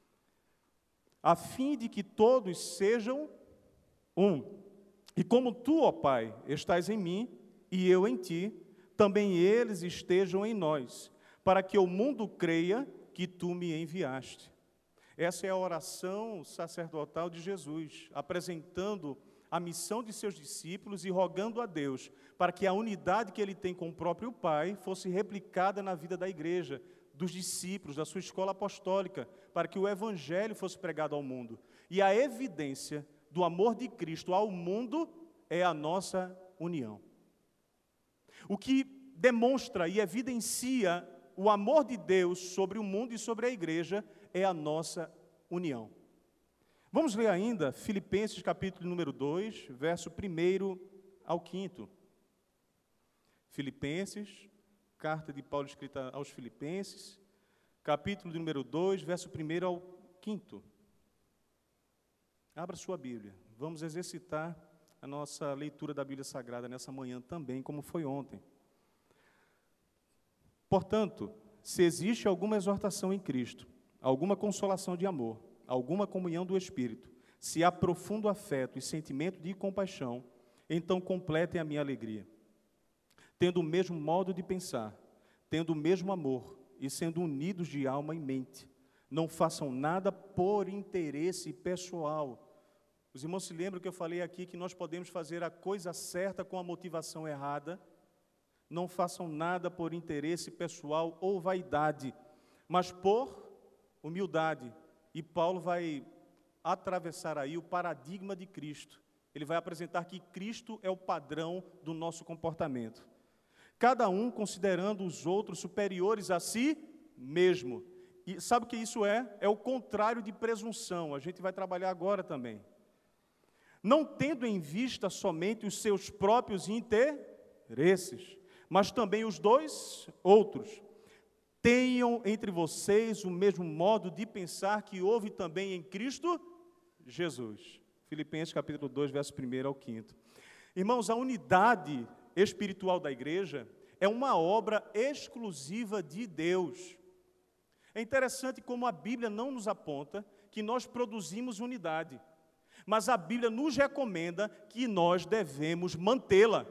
A fim de que todos sejam um. E como tu, ó Pai, estás em mim e eu em ti, também eles estejam em nós, para que o mundo creia que tu me enviaste. Essa é a oração sacerdotal de Jesus, apresentando a missão de seus discípulos e rogando a Deus para que a unidade que ele tem com o próprio Pai fosse replicada na vida da igreja, dos discípulos, da sua escola apostólica, para que o evangelho fosse pregado ao mundo. E a evidência do amor de Cristo ao mundo é a nossa união. O que demonstra e evidencia o amor de Deus sobre o mundo e sobre a igreja é a nossa união. Vamos ler ainda Filipenses capítulo número 2, verso 1 ao 5. Filipenses, carta de Paulo escrita aos Filipenses, capítulo número 2, verso 1 ao 5. Abra sua Bíblia. Vamos exercitar a nossa leitura da Bíblia Sagrada nessa manhã também, como foi ontem. Portanto, se existe alguma exortação em Cristo, alguma consolação de amor, alguma comunhão do Espírito, se há profundo afeto e sentimento de compaixão, então completem a minha alegria. Tendo o mesmo modo de pensar, tendo o mesmo amor e sendo unidos de alma e mente, não façam nada por interesse pessoal. Os irmãos se lembram que eu falei aqui que nós podemos fazer a coisa certa com a motivação errada? Não façam nada por interesse pessoal ou vaidade, mas por humildade. E Paulo vai atravessar aí o paradigma de Cristo. Ele vai apresentar que Cristo é o padrão do nosso comportamento. Cada um considerando os outros superiores a si mesmo. E sabe o que isso é? É o contrário de presunção. A gente vai trabalhar agora também. Não tendo em vista somente os seus próprios interesses, mas também os dois outros. Tenham entre vocês o mesmo modo de pensar que houve também em Cristo Jesus. Filipenses capítulo 2, verso 1 ao 5. Irmãos, a unidade espiritual da igreja é uma obra exclusiva de Deus. É interessante como a Bíblia não nos aponta que nós produzimos unidade, mas a Bíblia nos recomenda que nós devemos mantê-la.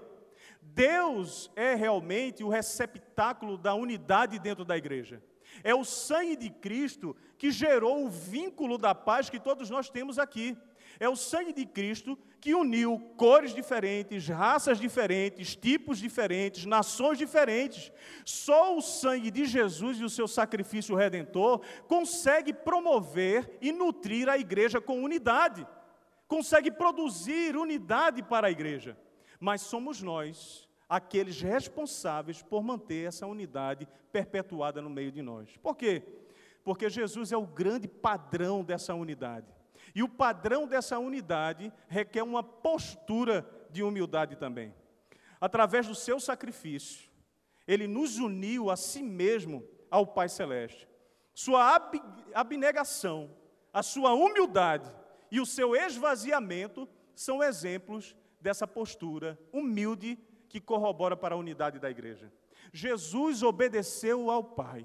Deus é realmente o receptáculo da unidade dentro da igreja. É o sangue de Cristo que gerou o vínculo da paz que todos nós temos aqui. É o sangue de Cristo que uniu cores diferentes, raças diferentes, tipos diferentes, nações diferentes. Só o sangue de Jesus e o seu sacrifício redentor consegue promover e nutrir a igreja com unidade. Consegue produzir unidade para a igreja. Mas somos nós, aqueles responsáveis por manter essa unidade perpetuada no meio de nós. Por quê? Porque Jesus é o grande padrão dessa unidade. E o padrão dessa unidade requer uma postura de humildade também. Através do seu sacrifício, Ele nos uniu a si mesmo ao Pai Celeste. Sua abnegação, a sua humildade e o seu esvaziamento são exemplos dessa postura humilde que corrobora para a unidade da igreja. Jesus obedeceu ao Pai.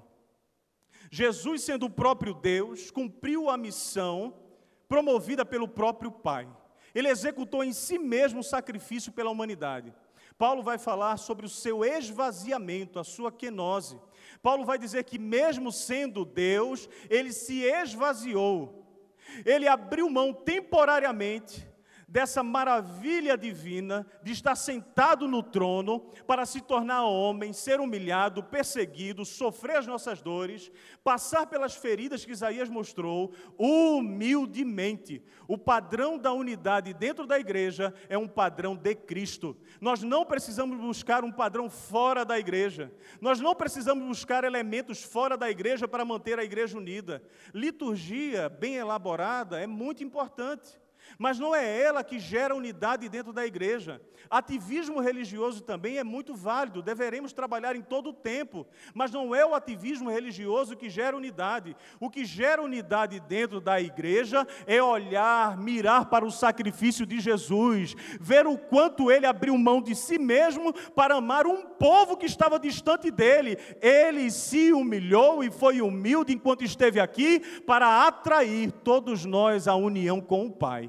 Jesus, sendo o próprio Deus, cumpriu a missão promovida pelo próprio Pai. Ele executou em si mesmo o sacrifício pela humanidade. Paulo vai falar sobre o seu esvaziamento, a sua kenose. Paulo vai dizer que mesmo sendo Deus, ele se esvaziou. Ele abriu mão temporariamente dessa maravilha divina de estar sentado no trono para se tornar homem, ser humilhado, perseguido, sofrer as nossas dores, passar pelas feridas que Isaías mostrou, humildemente. O padrão da unidade dentro da igreja é um padrão de Cristo. Nós não precisamos buscar um padrão fora da igreja. Nós não precisamos buscar elementos fora da igreja para manter a igreja unida. Liturgia bem elaborada é muito importante. Mas não é ela que gera unidade dentro da igreja. Ativismo religioso também é muito válido, deveremos trabalhar em todo o tempo, mas não é o ativismo religioso que gera unidade. O que gera unidade dentro da igreja é olhar, mirar para o sacrifício de Jesus, ver o quanto ele abriu mão de si mesmo para amar um povo que estava distante dele. Ele se humilhou e foi humilde enquanto esteve aqui para atrair todos nós à união com o Pai.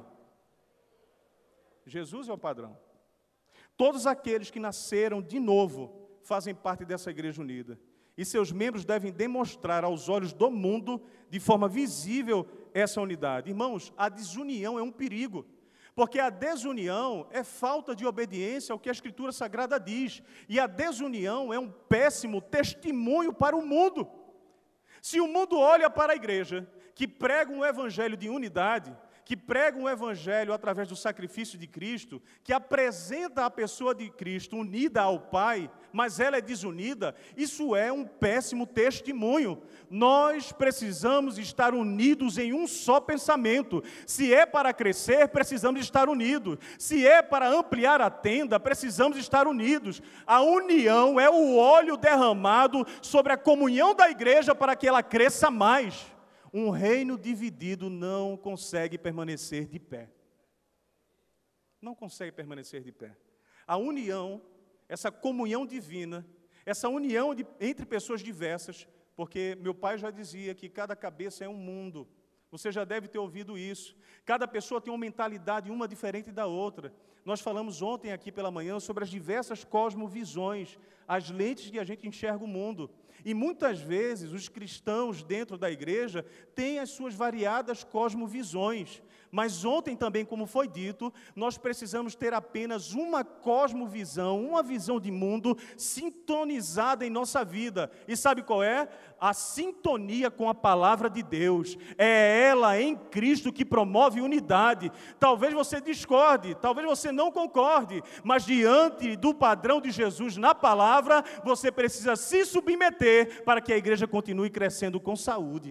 Jesus é o padrão. Todos aqueles que nasceram de novo fazem parte dessa igreja unida. E seus membros devem demonstrar aos olhos do mundo, de forma visível, essa unidade. Irmãos, a desunião é um perigo, porque a desunião é falta de obediência ao que a Escritura Sagrada diz, e a desunião é um péssimo testemunho para o mundo. Se o mundo olha para a igreja, que prega um evangelho de unidade, que prega um evangelho através do sacrifício de Cristo, que apresenta a pessoa de Cristo unida ao Pai, mas ela é desunida, isso é um péssimo testemunho. Nós precisamos estar unidos em um só pensamento. Se é para crescer, precisamos estar unidos. Se é para ampliar a tenda, precisamos estar unidos. A união é o óleo derramado sobre a comunhão da igreja para que ela cresça mais. Um reino dividido não consegue permanecer de pé. Não consegue permanecer de pé. A união, essa comunhão divina, essa união entre pessoas diversas, porque meu pai já dizia que cada cabeça é um mundo. Você já deve ter ouvido isso. Cada pessoa tem uma mentalidade, uma diferente da outra. Nós falamos ontem aqui pela manhã sobre as diversas cosmovisões, as lentes que a gente enxerga o mundo. E muitas vezes os cristãos dentro da igreja têm as suas variadas cosmovisões. Mas ontem também, como foi dito, nós precisamos ter apenas uma cosmovisão, uma visão de mundo sintonizada em nossa vida. E sabe qual é? A sintonia com a palavra de Deus. É ela em Cristo que promove unidade. Talvez você discorde, talvez você não concorde, mas diante do padrão de Jesus na palavra, você precisa se submeter para que a igreja continue crescendo com saúde.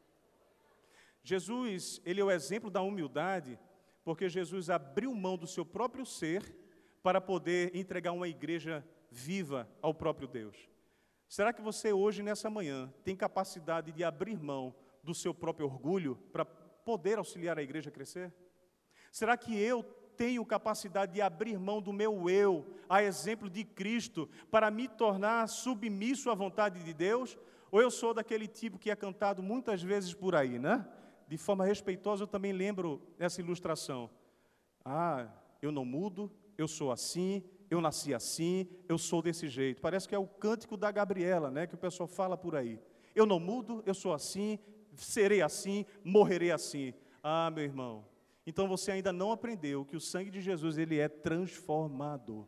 Jesus, ele é o exemplo da humildade, porque Jesus abriu mão do seu próprio ser para poder entregar uma igreja viva ao próprio Deus. Será que você hoje, nessa manhã, tem capacidade de abrir mão do seu próprio orgulho para poder auxiliar a igreja a crescer? Será que eu tenho capacidade de abrir mão do meu eu, a exemplo de Cristo, para me tornar submisso à vontade de Deus? Ou eu sou daquele tipo que é cantado muitas vezes por aí, né? De forma respeitosa, eu também lembro essa ilustração. Eu não mudo, eu sou assim, eu nasci assim, eu sou desse jeito. Parece que é o cântico da Gabriela, né, que o pessoal fala por aí. Eu não mudo, eu sou assim, serei assim, morrerei assim. Meu irmão, então você ainda não aprendeu que o sangue de Jesus, ele é transformador.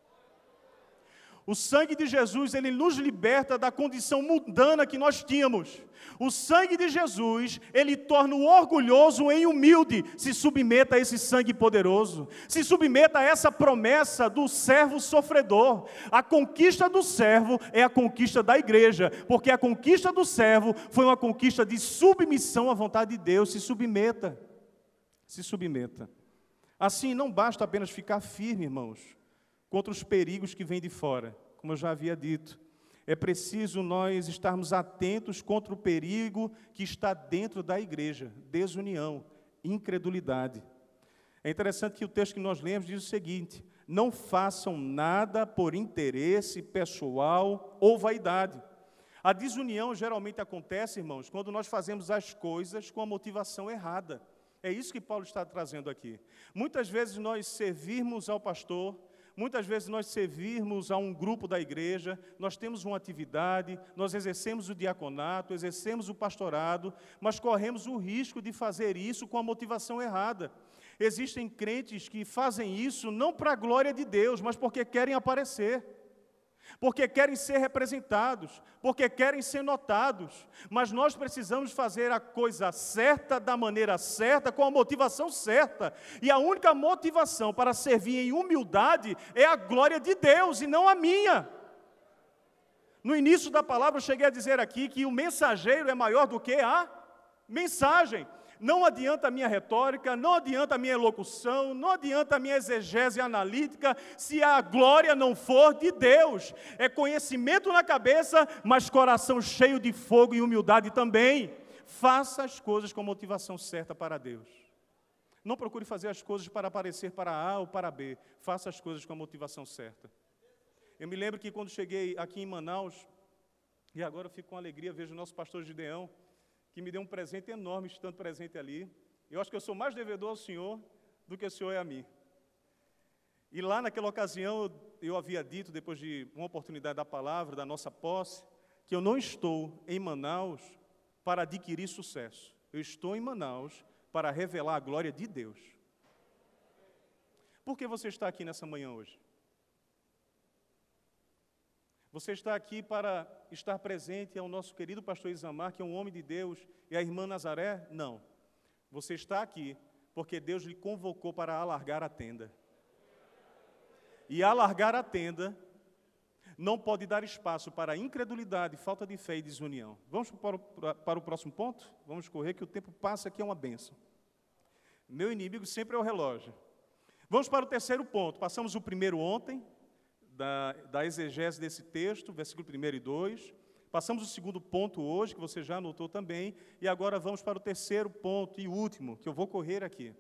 O sangue de Jesus, ele nos liberta da condição mundana que nós tínhamos. O sangue de Jesus, ele torna o orgulhoso em humilde. Se submeta a esse sangue poderoso. Se submeta a essa promessa do servo sofredor. A conquista do servo é a conquista da igreja, porque a conquista do servo foi uma conquista de submissão à vontade de Deus. Se submeta. Se submeta. Assim, não basta apenas ficar firme, irmãos, contra os perigos que vêm de fora, como eu já havia dito. É preciso nós estarmos atentos contra o perigo que está dentro da igreja, desunião, incredulidade. É interessante que o texto que nós lemos diz o seguinte: não façam nada por interesse pessoal ou vaidade. A desunião geralmente acontece, irmãos, quando nós fazemos as coisas com a motivação errada. É isso que Paulo está trazendo aqui. Muitas vezes nós servirmos ao pastor, muitas vezes nós servirmos a um grupo da igreja, nós temos uma atividade, nós exercemos o diaconato, exercemos o pastorado, mas corremos o risco de fazer isso com a motivação errada. Existem crentes que fazem isso não para a glória de Deus, mas porque querem aparecer, porque querem ser representados, porque querem ser notados. Mas nós precisamos fazer a coisa certa, da maneira certa, com a motivação certa. E a única motivação para servir em humildade é a glória de Deus e não a minha. No início da palavra eu cheguei a dizer aqui que o mensageiro é maior do que a mensagem. Não adianta a minha retórica, não adianta a minha elocução, não adianta a minha exegese analítica, se a glória não for de Deus. É conhecimento na cabeça, mas coração cheio de fogo e humildade também. Faça as coisas com a motivação certa para Deus. Não procure fazer as coisas para aparecer para A ou para B. Faça as coisas com a motivação certa. Eu me lembro que quando cheguei aqui em Manaus, e agora eu fico com alegria, vejo o nosso pastor Gideão, que me deu um presente enorme estando presente ali. Eu acho que eu sou mais devedor ao Senhor do que o Senhor é a mim. E lá naquela ocasião, eu havia dito, depois de uma oportunidade da palavra, da nossa posse, que eu não estou em Manaus para adquirir sucesso. Eu estou em Manaus para revelar a glória de Deus. Por que você está aqui nessa manhã hoje? Você está aqui para estar presente ao nosso querido pastor Isamar, que é um homem de Deus, e a irmã Nazaré? Não. Você está aqui porque Deus lhe convocou para alargar a tenda. E alargar a tenda não pode dar espaço para incredulidade, falta de fé e desunião. Vamos para o próximo ponto? Vamos correr, que o tempo passa aqui, é uma bênção. Meu inimigo sempre é o relógio. Vamos para o terceiro ponto. Passamos o primeiro ontem, da exegese desse texto, versículo 1 e 2. Passamos o segundo ponto hoje, que você já anotou também, e agora vamos para o terceiro ponto e último, que eu vou correr aqui.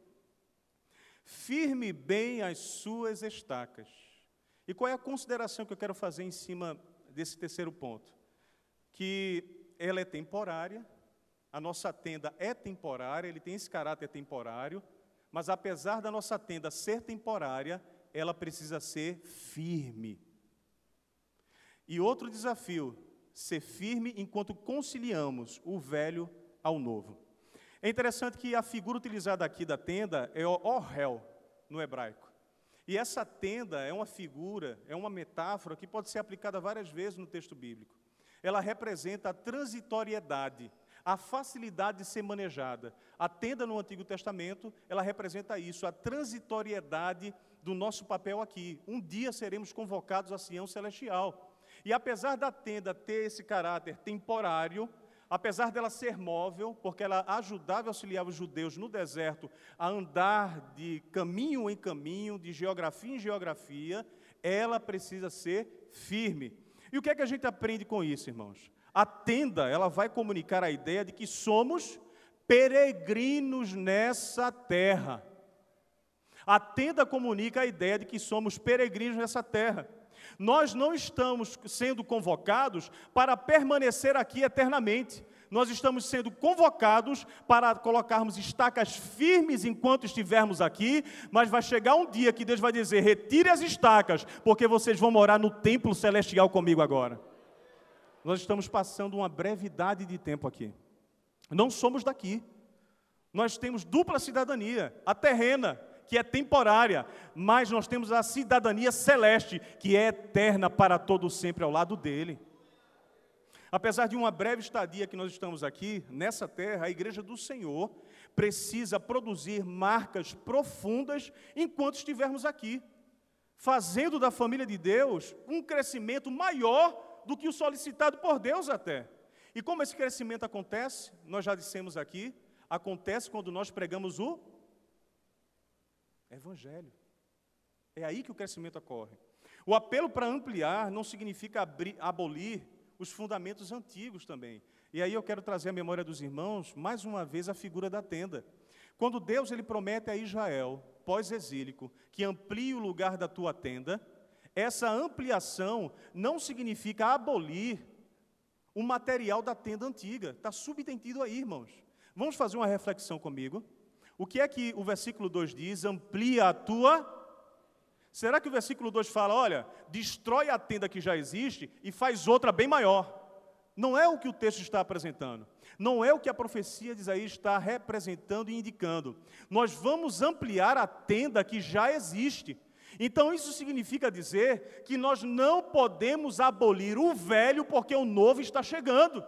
Firme bem as suas estacas. E qual é a consideração que eu quero fazer em cima desse terceiro ponto? Que ela é temporária, a nossa tenda é temporária, ele tem esse caráter temporário, mas apesar da nossa tenda ser temporária, ela precisa ser firme. E outro desafio, ser firme enquanto conciliamos o velho ao novo. É interessante que a figura utilizada aqui da tenda é o Ohel, no hebraico. E essa tenda é uma figura, é uma metáfora que pode ser aplicada várias vezes no texto bíblico. Ela representa a transitoriedade, a facilidade de ser manejada. A tenda no Antigo Testamento, ela representa isso, a transitoriedade do nosso papel aqui. Um dia seremos convocados à Sião Celestial. E apesar da tenda ter esse caráter temporário, apesar dela ser móvel, porque ela ajudava e auxiliava os judeus no deserto a andar de caminho em caminho, de geografia em geografia, ela precisa ser firme. E o que é que a gente aprende com isso, irmãos? A tenda, ela vai comunicar a ideia de que somos peregrinos nessa terra. A tenda comunica a ideia de que somos peregrinos nessa terra. Nós não estamos sendo convocados para permanecer aqui eternamente. Nós estamos sendo convocados para colocarmos estacas firmes enquanto estivermos aqui, mas vai chegar um dia que Deus vai dizer, retire as estacas, porque vocês vão morar no templo celestial comigo agora. Nós estamos passando uma brevidade de tempo aqui. Não somos daqui. Nós temos dupla cidadania, a terrena, que é temporária, mas nós temos a cidadania celeste, que é eterna para todo sempre ao lado dele. Apesar de uma breve estadia que nós estamos aqui, nessa terra, a igreja do Senhor precisa produzir marcas profundas enquanto estivermos aqui, fazendo da família de Deus um crescimento maior do que o solicitado por Deus até. E como esse crescimento acontece, nós já dissemos aqui, acontece quando nós pregamos o Evangelho. É aí que o crescimento ocorre. O apelo para ampliar não significa abolir os fundamentos antigos também. E aí eu quero trazer à memória dos irmãos, mais uma vez, a figura da tenda. Quando Deus ele promete a Israel, pós-exílico, que amplie o lugar da tua tenda, essa ampliação não significa abolir o material da tenda antiga. Está subentendido aí, irmãos. Vamos fazer uma reflexão comigo. O que é que o versículo 2 diz? Amplia a tua... Será que o versículo 2 fala, olha, destrói a tenda que já existe e faz outra bem maior? Não é o que o texto está apresentando. Não é o que a profecia de Isaías está representando e indicando. Nós vamos ampliar a tenda que já existe. Então isso significa dizer que nós não podemos abolir o velho porque o novo está chegando.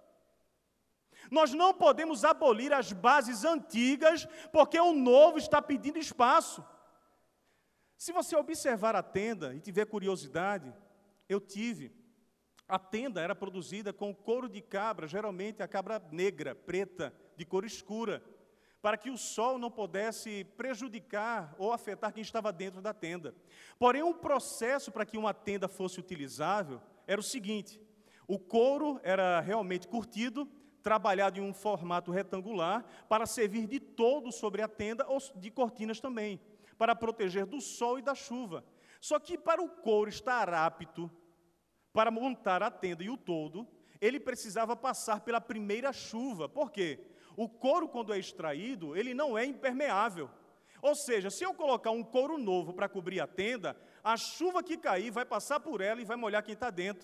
Nós não podemos abolir as bases antigas porque o novo está pedindo espaço. Se você observar a tenda e tiver curiosidade, eu tive. A tenda era produzida com couro de cabra, geralmente a cabra negra, preta, de cor escura, para que o sol não pudesse prejudicar ou afetar quem estava dentro da tenda. Porém, o processo para que uma tenda fosse utilizável era o seguinte: o couro era realmente curtido, trabalhado em um formato retangular, para servir de toldo sobre a tenda ou de cortinas também, para proteger do sol e da chuva. Só que para o couro estar apto para montar a tenda e o toldo, ele precisava passar pela primeira chuva. Por quê? O couro, quando é extraído, ele não é impermeável. Ou seja, se eu colocar um couro novo para cobrir a tenda, a chuva que cair vai passar por ela e vai molhar quem está dentro.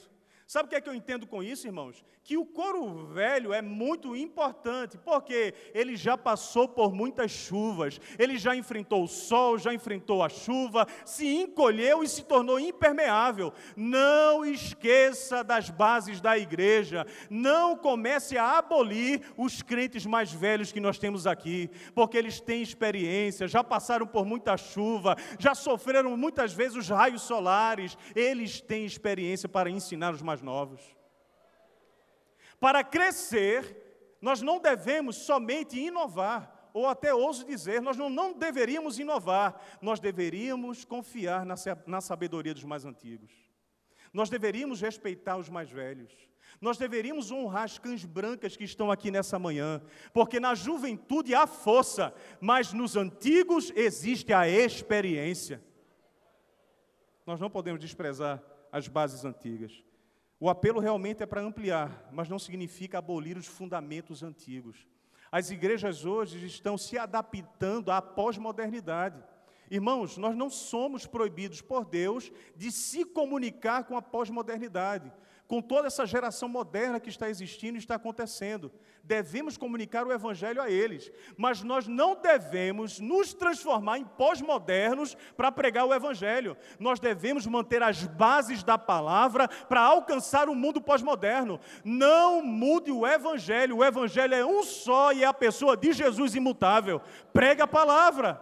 Sabe o que é que eu entendo com isso, irmãos? Que o couro velho é muito importante, porque ele já passou por muitas chuvas, ele já enfrentou o sol, já enfrentou a chuva, se encolheu e se tornou impermeável. Não esqueça das bases da igreja, não comece a abolir os crentes mais velhos que nós temos aqui, porque eles têm experiência, já passaram por muita chuva, já sofreram muitas vezes os raios solares, eles têm experiência para ensinar os mais novos. Para crescer, nós não devemos somente inovar, ou até ouso dizer, nós não deveríamos inovar, nós deveríamos confiar na sabedoria dos mais antigos. Nós deveríamos respeitar os mais velhos. Nós deveríamos honrar as cães brancas que estão aqui nessa manhã, porque na juventude há força, mas nos antigos existe a experiência. Nós não podemos desprezar as bases antigas. O apelo realmente é para ampliar, mas não significa abolir os fundamentos antigos. As igrejas hoje estão se adaptando à pós-modernidade. Irmãos, nós não somos proibidos por Deus de se comunicar com a pós-modernidade, com toda essa geração moderna que está existindo e está acontecendo. Devemos comunicar o Evangelho a eles, mas nós não devemos nos transformar em pós-modernos para pregar o Evangelho. Nós devemos manter as bases da palavra para alcançar o mundo pós-moderno. Não mude o Evangelho é um só e é a pessoa de Jesus imutável. Prega a palavra.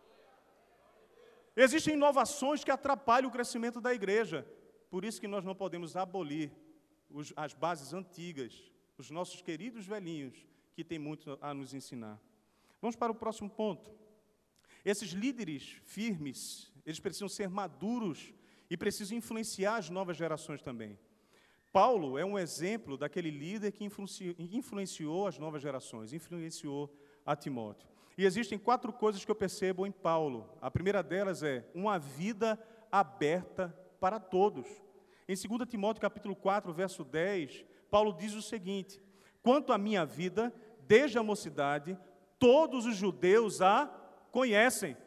Existem inovações que atrapalham o crescimento da igreja. Por isso que nós não podemos abolir as bases antigas, os nossos queridos velhinhos, que têm muito a nos ensinar. Vamos para o próximo ponto. Esses líderes firmes, eles precisam ser maduros e precisam influenciar as novas gerações também. Paulo é um exemplo daquele líder que influenciou as novas gerações, influenciou a Timóteo. E existem 4 coisas que eu percebo em Paulo. A primeira delas é uma vida aberta para todos. Em 2 Timóteo capítulo 4, verso 10, Paulo diz o seguinte: quanto à minha vida, desde a mocidade, todos os judeus a conhecem.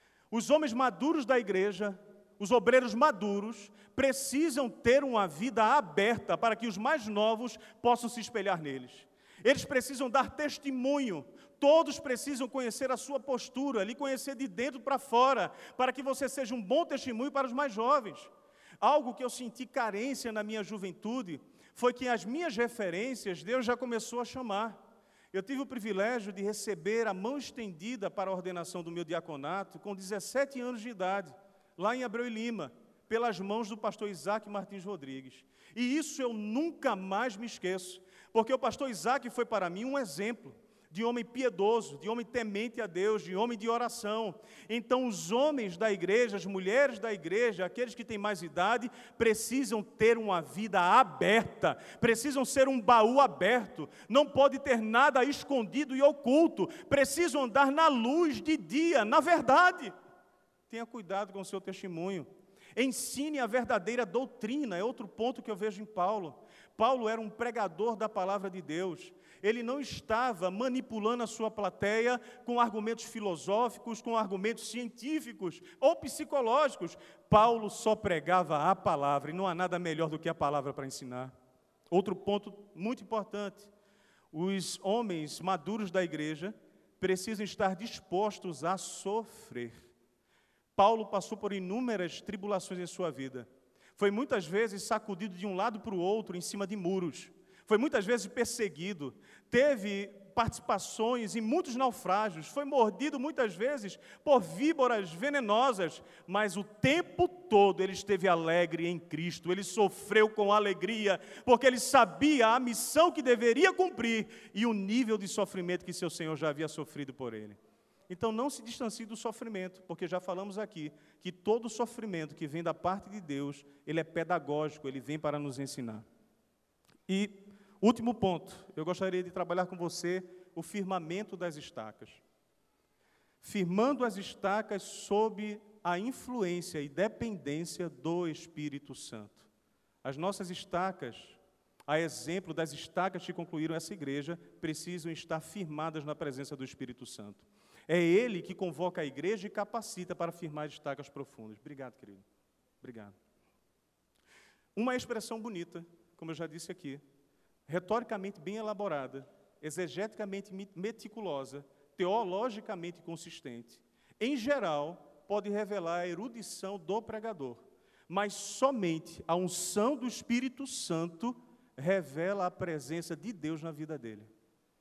Os homens maduros da igreja, os obreiros maduros, precisam ter uma vida aberta para que os mais novos possam se espelhar neles. Eles precisam dar testemunho. Todos precisam conhecer a sua postura, lhe conhecer de dentro para fora, para que você seja um bom testemunho para os mais jovens. Algo que eu senti carência na minha juventude foi que as minhas referências Deus já começou a chamar. Eu tive o privilégio de receber a mão estendida para a ordenação do meu diaconato com 17 anos de idade, lá em Abreu e Lima, pelas mãos do pastor Isaac Martins Rodrigues. E isso eu nunca mais me esqueço, porque o pastor Isaac foi para mim um exemplo de homem piedoso, de homem temente a Deus, de homem de oração. Então, os homens da igreja, as mulheres da igreja, aqueles que têm mais idade, precisam ter uma vida aberta, precisam ser um baú aberto, não pode ter nada escondido e oculto, precisam andar na luz de dia, na verdade. Tenha cuidado com o seu testemunho. Ensine a verdadeira doutrina, é outro ponto que eu vejo em Paulo. Paulo era um pregador da palavra de Deus. Ele não estava manipulando a sua plateia com argumentos filosóficos, com argumentos científicos ou psicológicos. Paulo só pregava a palavra, e não há nada melhor do que a palavra para ensinar. Outro ponto muito importante: os homens maduros da igreja precisam estar dispostos a sofrer. Paulo passou por inúmeras tribulações em sua vida. Foi muitas vezes sacudido de um lado para o outro em cima de muros. Foi muitas vezes perseguido, teve participações em muitos naufrágios, foi mordido muitas vezes por víboras venenosas, mas o tempo todo ele esteve alegre em Cristo, ele sofreu com alegria, porque ele sabia a missão que deveria cumprir e o nível de sofrimento que seu Senhor já havia sofrido por ele. Então não se distancie do sofrimento, porque já falamos aqui que todo sofrimento que vem da parte de Deus, ele é pedagógico, ele vem para nos ensinar. E último ponto, eu gostaria de trabalhar com você o firmamento das estacas. Firmando as estacas sob a influência e dependência do Espírito Santo. As nossas estacas, a exemplo das estacas que concluíram essa igreja, precisam estar firmadas na presença do Espírito Santo. É Ele que convoca a igreja e capacita para firmar estacas profundas. Obrigado, querido. Obrigado. uma expressão bonita, como eu já disse aqui, retoricamente bem elaborada, exegeticamente meticulosa, teologicamente consistente, em geral, pode revelar a erudição do pregador, mas somente a unção do Espírito Santo revela a presença de Deus na vida dele.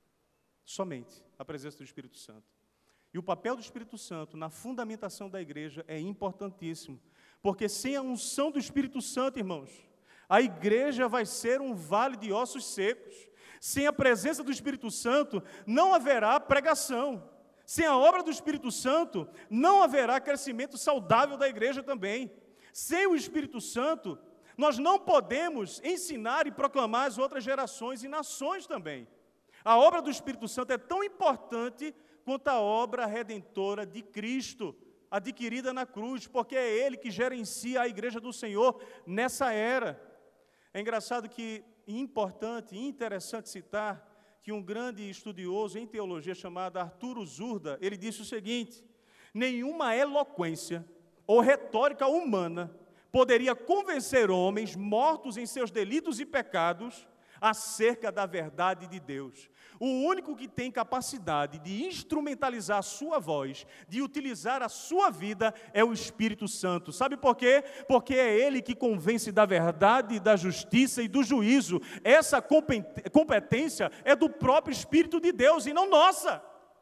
Somente a presença do Espírito Santo. E o papel do Espírito Santo na fundamentação da igreja é importantíssimo, porque sem a unção do Espírito Santo, irmãos, a igreja vai ser um vale de ossos secos. Sem a presença do Espírito Santo, não haverá pregação. Sem a obra do Espírito Santo, não haverá crescimento saudável da igreja também. Sem o Espírito Santo, nós não podemos ensinar e proclamar as outras gerações e nações também. A obra do Espírito Santo é tão importante quanto a obra redentora de Cristo, adquirida na cruz, porque é Ele que gerencia a igreja do Senhor nessa era. É engraçado que, importante e interessante citar, que um grande estudioso em teologia chamado Arturo Zurda, ele disse o seguinte: nenhuma eloquência ou retórica humana poderia convencer homens mortos em seus delitos e pecados acerca da verdade de Deus. O único que tem capacidade de instrumentalizar a sua voz, de utilizar a sua vida, é o Espírito Santo. Sabe por quê? Porque é Ele que convence da verdade, da justiça e do juízo. Essa competência é do próprio Espírito de Deus e não nossa.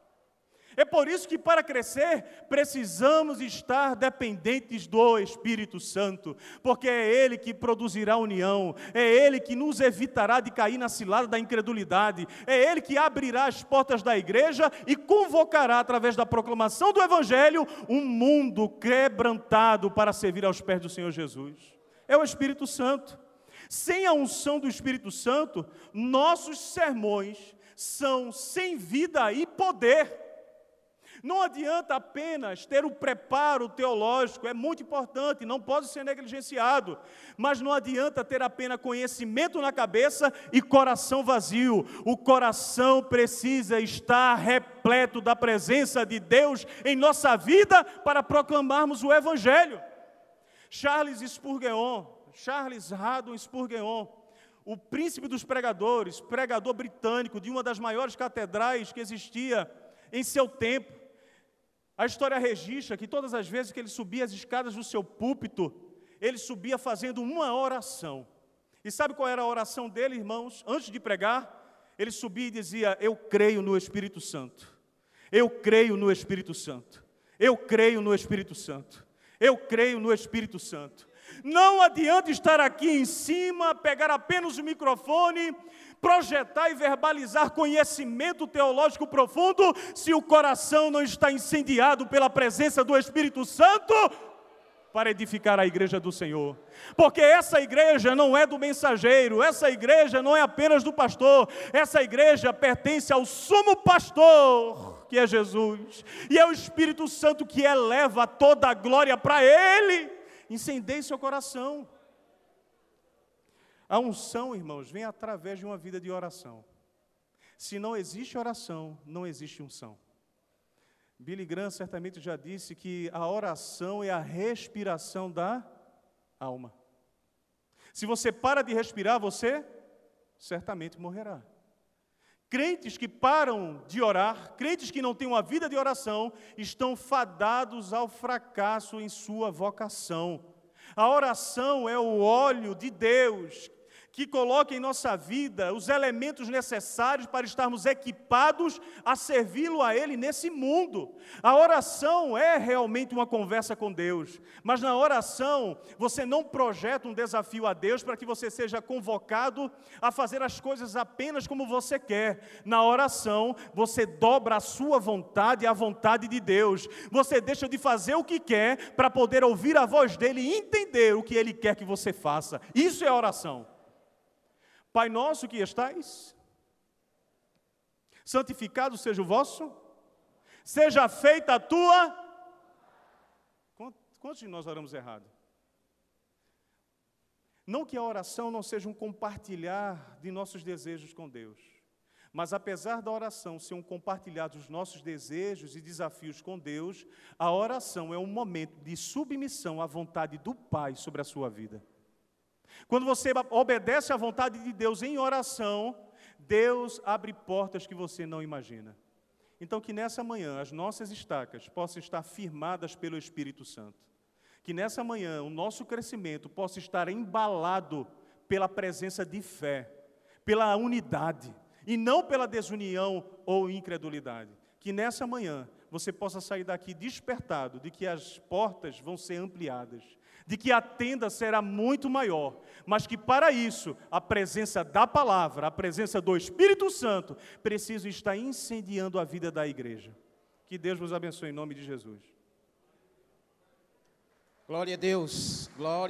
É por isso que, para crescer, precisamos estar dependentes do Espírito Santo, porque é Ele que produzirá união, é Ele que nos evitará de cair na cilada da incredulidade, é Ele que abrirá as portas da igreja e convocará, através da proclamação do Evangelho, um mundo quebrantado para servir aos pés do Senhor Jesus. É o Espírito Santo. Sem a unção do Espírito Santo, nossos sermões são sem vida e poder. Não adianta apenas ter o preparo teológico, é muito importante, não pode ser negligenciado, mas não adianta ter apenas conhecimento na cabeça e coração vazio. O coração precisa estar repleto da presença de Deus em nossa vida para proclamarmos o Evangelho. Charles Haddon Spurgeon, o príncipe dos pregadores, pregador britânico de uma das maiores catedrais que existia em seu tempo, a história registra que todas as vezes que ele subia as escadas do seu púlpito, ele subia fazendo uma oração. E sabe qual era a oração dele, irmãos? Antes de pregar, ele subia e dizia: eu creio no Espírito Santo. Eu creio no Espírito Santo. Eu creio no Espírito Santo. Eu creio no Espírito Santo. Não adianta estar aqui em cima, pegar apenas o microfone, projetar e verbalizar conhecimento teológico profundo, se o coração não está incendiado pela presença do Espírito Santo para edificar a igreja do Senhor. Porque essa igreja não é do mensageiro, essa igreja não é apenas do pastor, essa igreja pertence ao sumo pastor, que é Jesus, e é o Espírito Santo que eleva toda a glória para Ele. Incendeie seu coração. A unção, irmãos, vem através de uma vida de oração. Se não existe oração, não existe unção. Billy Graham certamente já disse que a oração é a respiração da alma. Se você para de respirar, você certamente morrerá. Crentes que param de orar, crentes que não têm uma vida de oração, estão fadados ao fracasso em sua vocação. A oração é o óleo de Deus que coloca em nossa vida os elementos necessários para estarmos equipados a servi-lo a Ele nesse mundo. A oração é realmente uma conversa com Deus, mas na oração você não projeta um desafio a Deus para que você seja convocado a fazer as coisas apenas como você quer. Na oração você dobra a sua vontade à vontade de Deus. Você deixa de fazer o que quer para poder ouvir a voz dEle e entender o que Ele quer que você faça. Isso é oração. Pai nosso que estais, santificado seja o vosso, seja feita a tua... Quantos de nós oramos errado? Não que a oração não seja um compartilhar de nossos desejos com Deus, mas apesar da oração ser um compartilhar dos nossos desejos e desafios com Deus, a oração é um momento de submissão à vontade do Pai sobre a sua vida. Quando você obedece à vontade de Deus em oração, Deus abre portas que você não imagina. Então, que nessa manhã as nossas estacas possam estar firmadas pelo Espírito Santo. Que nessa manhã o nosso crescimento possa estar embalado pela presença de fé, pela unidade, e não pela desunião ou incredulidade. Que nessa manhã você possa sair daqui despertado de que as portas vão ser ampliadas, de que a tenda será muito maior, mas que para isso a presença da palavra, a presença do Espírito Santo, precisa estar incendiando a vida da igreja. Que Deus vos abençoe em nome de Jesus. Glória a Deus. Glória.